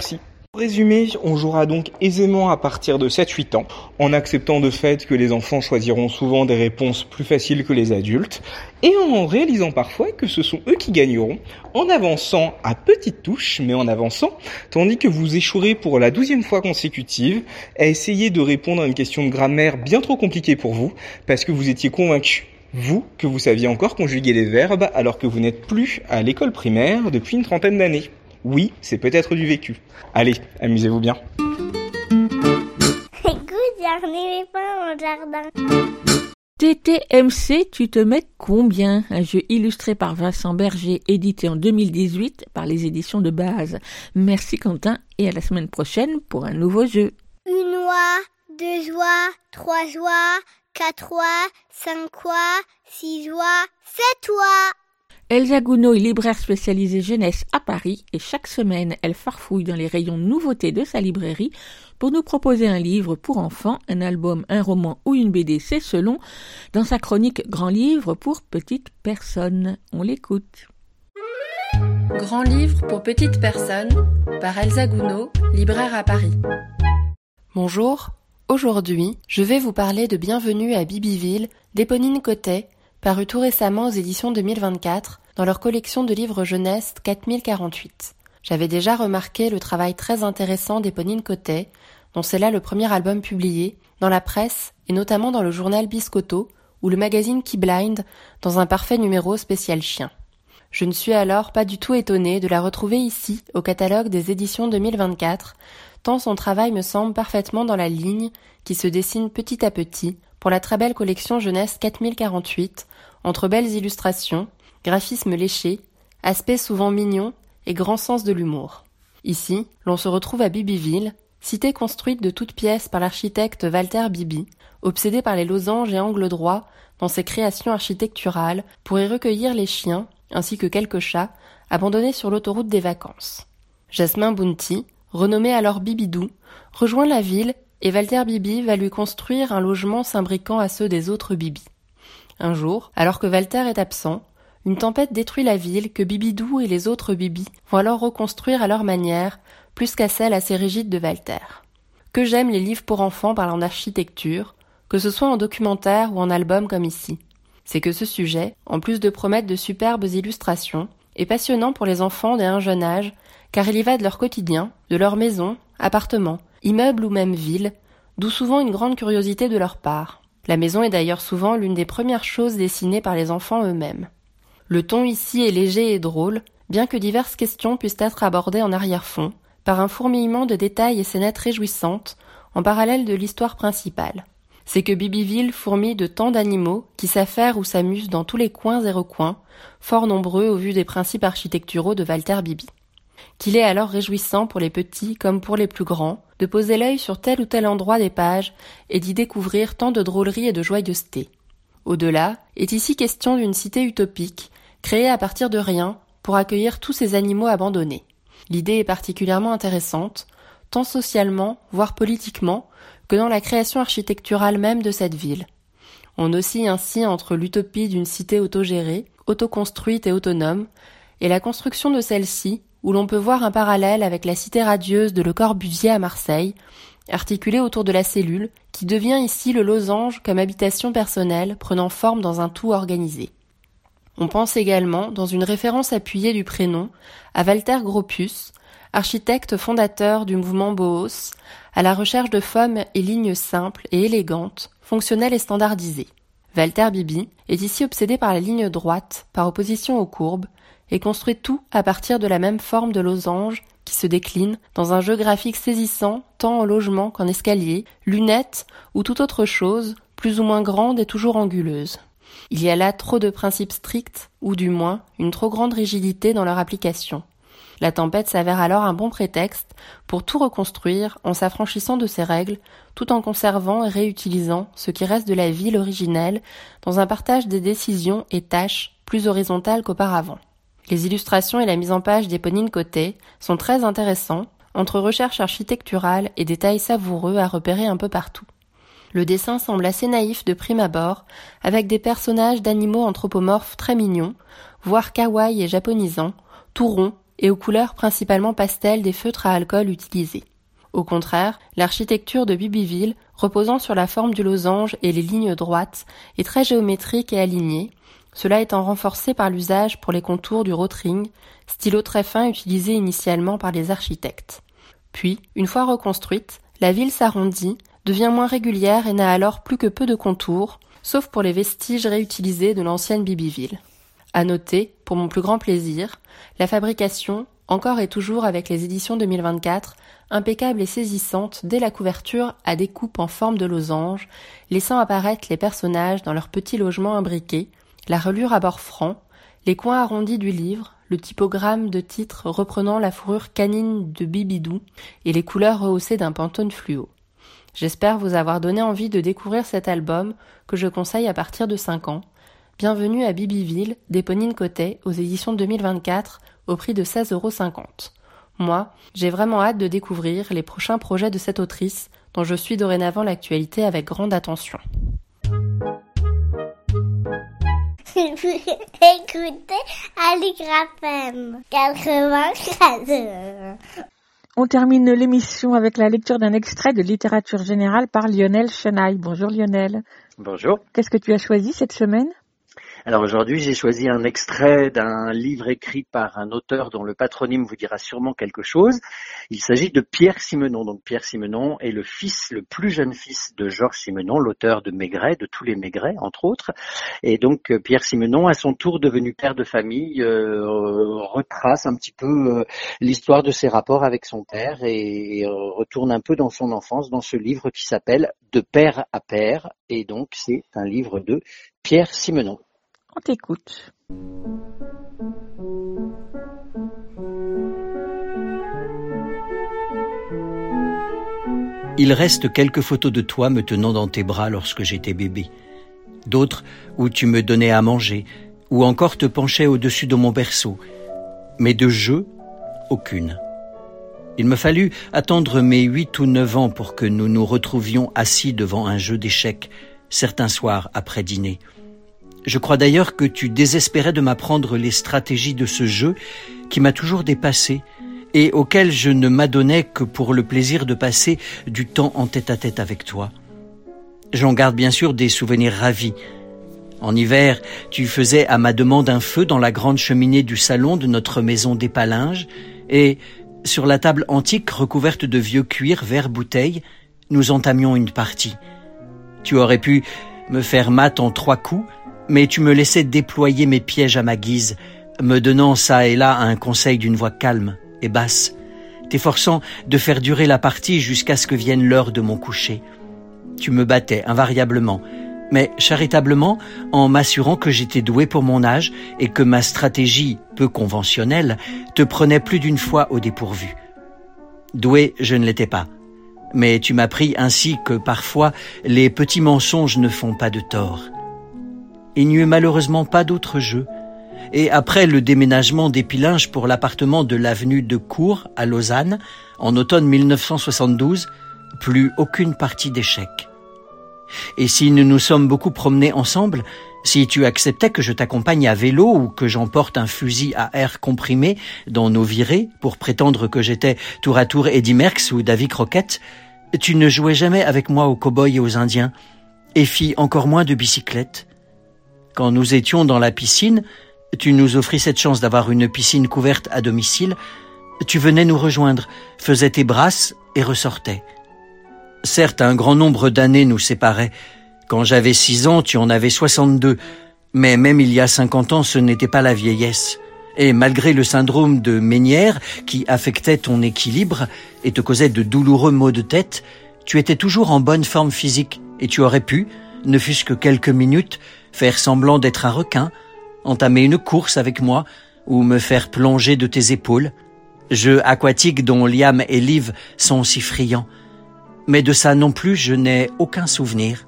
Pour résumer, on jouera donc aisément à partir de sept huit ans, en acceptant de fait que les enfants choisiront souvent des réponses plus faciles que les adultes, et en réalisant parfois que ce sont eux qui gagneront, en avançant à petites touches, mais en avançant, tandis que vous échouerez pour la douzième fois consécutive à essayer de répondre à une question de grammaire bien trop compliquée pour vous, parce que vous étiez convaincu, vous, que vous saviez encore conjuguer les verbes alors que vous n'êtes plus à l'école primaire depuis une trentaine d'années. Oui, c'est peut-être du vécu. Allez, amusez-vous bien. Écoute, j'ai les pains au jardin. T T M C, tu te mets combien? Un jeu illustré par Vincent Berger, édité en deux mille dix-huit par les éditions de Base. Merci Quentin et à la semaine prochaine pour un nouveau jeu. Une oie, deux oies, trois oies, quatre oies, cinq oies, six oies, sept oies. Elsa Gounod est libraire spécialisée jeunesse à Paris et chaque semaine, elle farfouille dans les rayons nouveautés de sa librairie pour nous proposer un livre pour enfants, un album, un roman ou une B D, c'est selon, dans sa chronique Grand livre pour petites personnes. On l'écoute. Grand livre pour petites personnes par Elsa Gounod, libraire à Paris. Bonjour, aujourd'hui, je vais vous parler de Bienvenue à Bibyville d'Éponine Cotet, paru tout récemment aux éditions deux mille vingt-quatre dans leur collection de livres jeunesse quatre mille quarante-huit. J'avais déjà remarqué le travail très intéressant d'Éponine Cotet, dont c'est là le premier album publié, dans la presse et notamment dans le journal Biscotto ou le magazine Keyblind dans un parfait numéro spécial chien. Je ne suis alors pas du tout étonnée de la retrouver ici au catalogue des éditions deux mille vingt-quatre, tant son travail me semble parfaitement dans la ligne qui se dessine petit à petit pour la très belle collection jeunesse quatre mille quarante-huit, entre belles illustrations, graphismes léchés, aspects souvent mignons et grand sens de l'humour. Ici, l'on se retrouve à Bibyville, cité construite de toutes pièces par l'architecte Walter Biby, obsédé par les losanges et angles droits dans ses créations architecturales pour y recueillir les chiens, ainsi que quelques chats, abandonnés sur l'autoroute des vacances. Jasmin Bounty, renommé alors Bibidou, rejoint la ville et Walter Biby va lui construire un logement s'imbriquant à ceux des autres Biby. Un jour, alors que Walter est absent, une tempête détruit la ville que Bibidou et les autres Biby vont alors reconstruire à leur manière, plus qu'à celle assez rigide de Walter. Que j'aime les livres pour enfants parlant d'architecture, que ce soit en documentaire ou en album comme ici. C'est que ce sujet, en plus de promettre de superbes illustrations, est passionnant pour les enfants dès un jeune âge, car il y va de leur quotidien, de leur maison, appartement, immeuble ou même ville, d'où souvent une grande curiosité de leur part. La maison est d'ailleurs souvent l'une des premières choses dessinées par les enfants eux-mêmes. Le ton ici est léger et drôle, bien que diverses questions puissent être abordées en arrière-fond, par un fourmillement de détails et scénettes réjouissantes, en parallèle de l'histoire principale. C'est que Bibyville fourmille de tant d'animaux qui s'affairent ou s'amusent dans tous les coins et recoins, fort nombreux au vu des principes architecturaux de Walter Biby. Qu'il est alors réjouissant pour les petits comme pour les plus grands de poser l'œil sur tel ou tel endroit des pages et d'y découvrir tant de drôleries et de joyeuseté. Au-delà est ici question d'une cité utopique, créée à partir de rien pour accueillir tous ces animaux abandonnés. L'idée est particulièrement intéressante, tant socialement, voire politiquement, que dans la création architecturale même de cette ville. On oscille ainsi entre l'utopie d'une cité autogérée, autoconstruite et autonome, et la construction de celle-ci, où l'on peut voir un parallèle avec la cité radieuse de Le Corbusier à Marseille, articulée autour de la cellule, qui devient ici le losange comme habitation personnelle prenant forme dans un tout organisé. On pense également, dans une référence appuyée du prénom, à Walter Gropius, architecte fondateur du mouvement Bauhaus, à la recherche de formes et lignes simples et élégantes, fonctionnelles et standardisées. Walter Biby est ici obsédé par la ligne droite, par opposition aux courbes, et construit tout à partir de la même forme de losange qui se décline dans un jeu graphique saisissant tant en logement qu'en escalier, lunettes ou toute autre chose, plus ou moins grande et toujours anguleuse. Il y a là trop de principes stricts, ou du moins une trop grande rigidité dans leur application. La tempête s'avère alors un bon prétexte pour tout reconstruire en s'affranchissant de ces règles, tout en conservant et réutilisant ce qui reste de la ville originelle dans un partage des décisions et tâches plus horizontales qu'auparavant. Les illustrations et la mise en page d'Éponine Cotet sont très intéressants, entre recherche architecturale et détails savoureux à repérer un peu partout. Le dessin semble assez naïf de prime abord, avec des personnages d'animaux anthropomorphes très mignons, voire kawaii et japonisants, tout ronds et aux couleurs principalement pastel des feutres à alcool utilisés. Au contraire, l'architecture de Bibyville, reposant sur la forme du losange et les lignes droites, est très géométrique et alignée, cela étant renforcé par l'usage pour les contours du rotring, stylo très fin utilisé initialement par les architectes. Puis, une fois reconstruite, la ville s'arrondit, devient moins régulière et n'a alors plus que peu de contours, sauf pour les vestiges réutilisés de l'ancienne Bibyville. À noter, pour mon plus grand plaisir, la fabrication, encore et toujours avec les éditions deux mille vingt-quatre, impeccable et saisissante dès la couverture à découpe en forme de losange, laissant apparaître les personnages dans leur petit logement imbriqué, la reliure à bords francs, les coins arrondis du livre, le typogramme de titre reprenant la fourrure canine de Bibidou et les couleurs rehaussées d'un pantone fluo. J'espère vous avoir donné envie de découvrir cet album que je conseille à partir de cinq ans. Bienvenue à Bibyville d'Éponine Cotet aux éditions deux mille vingt-quatre au prix de seize euros cinquante. Moi, j'ai vraiment hâte de découvrir les prochains projets de cette autrice dont je suis dorénavant l'actualité avec grande attention. Écoutez Aligre F M quatre-vingt-treize. On termine l'émission avec la lecture d'un extrait de littérature générale par Lionel Chenaille. Bonjour Lionel. Bonjour. Qu'est-ce que tu as choisi cette semaine ? Alors aujourd'hui, j'ai choisi un extrait d'un livre écrit par un auteur dont le patronyme vous dira sûrement quelque chose. Il s'agit de Pierre Simenon. Donc Pierre Simenon est le fils, le plus jeune fils de Georges Simenon, l'auteur de Maigret, de tous les Maigret, entre autres. Et donc Pierre Simenon, à son tour devenu père de famille, euh, retrace un petit peu euh, l'histoire de ses rapports avec son père et, et euh, retourne un peu dans son enfance dans ce livre qui s'appelle De père à père. Et donc c'est un livre de Pierre Simenon. On t'écoute. Il reste quelques photos de toi me tenant dans tes bras lorsque j'étais bébé. D'autres où tu me donnais à manger, ou encore te penchais au-dessus de mon berceau. Mais de jeux, aucune. Il me fallut attendre mes huit ou neuf ans pour que nous nous retrouvions assis devant un jeu d'échecs, certains soirs après dîner. Je crois d'ailleurs que tu désespérais de m'apprendre les stratégies de ce jeu qui m'a toujours dépassé et auquel je ne m'adonnais que pour le plaisir de passer du temps en tête-à-tête avec toi. J'en garde bien sûr des souvenirs ravis. En hiver, tu faisais à ma demande un feu dans la grande cheminée du salon de notre maison d'Épalinges et, sur la table antique recouverte de vieux cuir vert bouteille, nous entamions une partie. Tu aurais pu me faire mat en trois coups, mais tu me laissais déployer mes pièges à ma guise, me donnant ça et là un conseil d'une voix calme et basse, t'efforçant de faire durer la partie jusqu'à ce que vienne l'heure de mon coucher. Tu me battais invariablement, mais charitablement en m'assurant que j'étais doué pour mon âge et que ma stratégie, peu conventionnelle, te prenait plus d'une fois au dépourvu. Doué, je ne l'étais pas, mais tu m'appris ainsi que parfois les petits mensonges ne font pas de tort. Il n'y eut malheureusement pas d'autre jeu, et après le déménagement d'Épilinges pour l'appartement de l'avenue de Cours à Lausanne, en automne mille neuf cent soixante-douze, plus aucune partie d'échecs. Et si nous nous sommes beaucoup promenés ensemble, si tu acceptais que je t'accompagne à vélo ou que j'emporte un fusil à air comprimé dans nos virées pour prétendre que j'étais tour à tour Eddy Merckx ou Davy Crockett, tu ne jouais jamais avec moi aux cow-boys et aux Indiens, et fis encore moins de bicyclette. Quand nous étions dans la piscine, tu nous offris cette chance d'avoir une piscine couverte à domicile, tu venais nous rejoindre, faisais tes brasses et ressortais. Certes, un grand nombre d'années nous séparaient. Quand j'avais six ans, tu en avais soixante-deux, mais même il y a cinquante ans, ce n'était pas la vieillesse. Et malgré le syndrome de Ménière qui affectait ton équilibre et te causait de douloureux maux de tête, tu étais toujours en bonne forme physique et tu aurais pu, ne fût-ce que quelques minutes, faire semblant d'être un requin, entamer une course avec moi ou me faire plonger de tes épaules, jeux aquatiques dont Liam et Liv sont si friands. Mais de ça non plus, je n'ai aucun souvenir.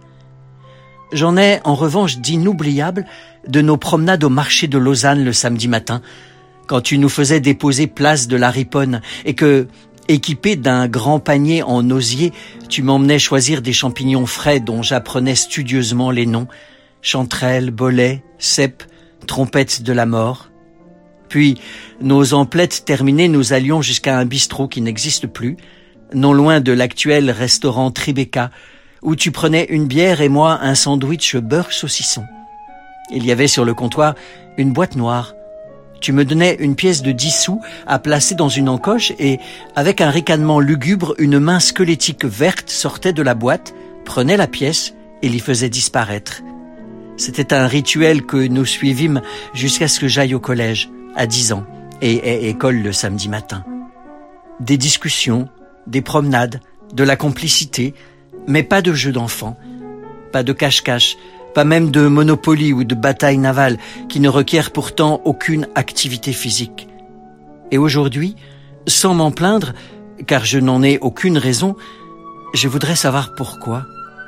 J'en ai en revanche d'inoubliables de nos promenades au marché de Lausanne le samedi matin, quand tu nous faisais déposer place de la Riponne et que, équipé d'un grand panier en osier, tu m'emmenais choisir des champignons frais dont j'apprenais studieusement les noms, chanterelles, bolets, cèpes, trompettes de la mort. Puis, nos emplettes terminées, nous allions jusqu'à un bistrot qui n'existe plus, non loin de l'actuel restaurant Tribeca, où tu prenais une bière et moi un sandwich beurre saucisson. Il y avait sur le comptoir une boîte noire. Tu me donnais une pièce de dix sous à placer dans une encoche et, avec un ricanement lugubre, une main squelettique verte sortait de la boîte, prenait la pièce et l'y faisait disparaître. C'était un rituel que nous suivîmes jusqu'à ce que j'aille au collège, à dix ans, et ait école le samedi matin. Des discussions, des promenades, de la complicité, mais pas de jeux d'enfants, pas de cache-cache, pas même de Monopoly ou de bataille navale qui ne requièrent pourtant aucune activité physique. Et aujourd'hui, sans m'en plaindre, car je n'en ai aucune raison, je voudrais savoir pourquoi.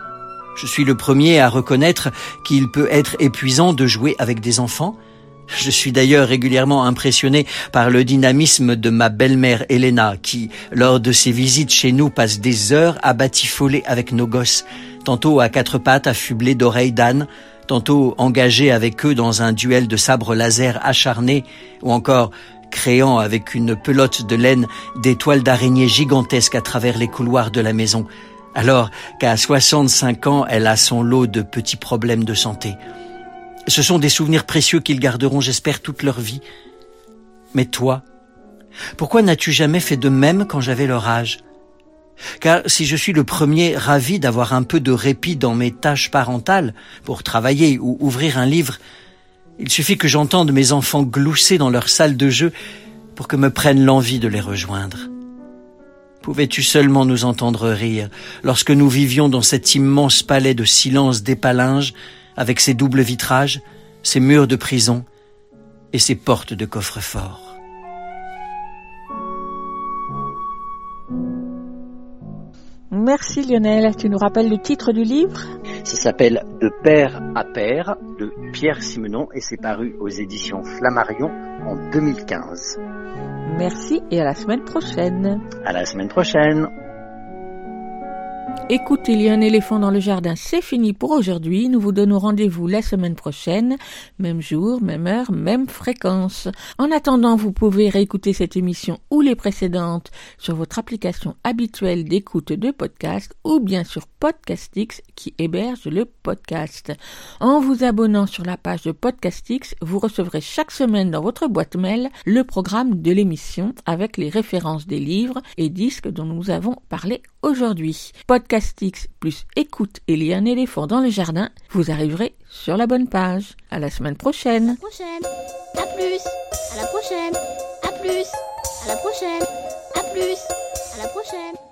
Je suis le premier à reconnaître qu'il peut être épuisant de jouer avec des enfants. Je suis d'ailleurs régulièrement impressionné par le dynamisme de ma belle-mère Elena qui, lors de ses visites chez nous, passe des heures à batifoler avec nos gosses, tantôt à quatre pattes affublés d'oreilles d'âne, tantôt engagés avec eux dans un duel de sabres laser acharné, ou encore créant avec une pelote de laine des toiles d'araignée gigantesques à travers les couloirs de la maison, alors qu'à soixante-cinq ans, elle a son lot de petits problèmes de santé. Ce sont des souvenirs précieux qu'ils garderont, j'espère, toute leur vie. Mais toi, pourquoi n'as-tu jamais fait de même quand j'avais leur âge ? Car si je suis le premier ravi d'avoir un peu de répit dans mes tâches parentales, pour travailler ou ouvrir un livre, il suffit que j'entende mes enfants glousser dans leur salle de jeu pour que me prenne l'envie de les rejoindre. Pouvais-tu seulement nous entendre rire lorsque nous vivions dans cet immense palais de silence d'épalinges, avec ses doubles vitrages, ses murs de prison et ses portes de coffre-fort. Merci Lionel. Tu nous rappelles le titre du livre ? Ça s'appelle De père à père de Pierre Simenon et c'est paru aux éditions Flammarion en deux mille quinze. Merci et à la semaine prochaine. À la semaine prochaine. Écoutez, il y a un éléphant dans le jardin, c'est fini pour aujourd'hui. Nous vous donnons rendez-vous la semaine prochaine, même jour, même heure, même fréquence. En attendant, vous pouvez réécouter cette émission ou les précédentes sur votre application habituelle d'écoute de podcast ou bien sur Podcastix qui héberge le podcast. En vous abonnant sur la page de Podcastix, vous recevrez chaque semaine dans votre boîte mail le programme de l'émission avec les références des livres et disques dont nous avons parlé aujourd'hui. Podcastix plus écoute et il y a un éléphant dans le jardin, vous arriverez sur la bonne page. À la semaine prochaine. À la prochaine. À plus. À la prochaine. À plus. À la prochaine. À plus. À la prochaine.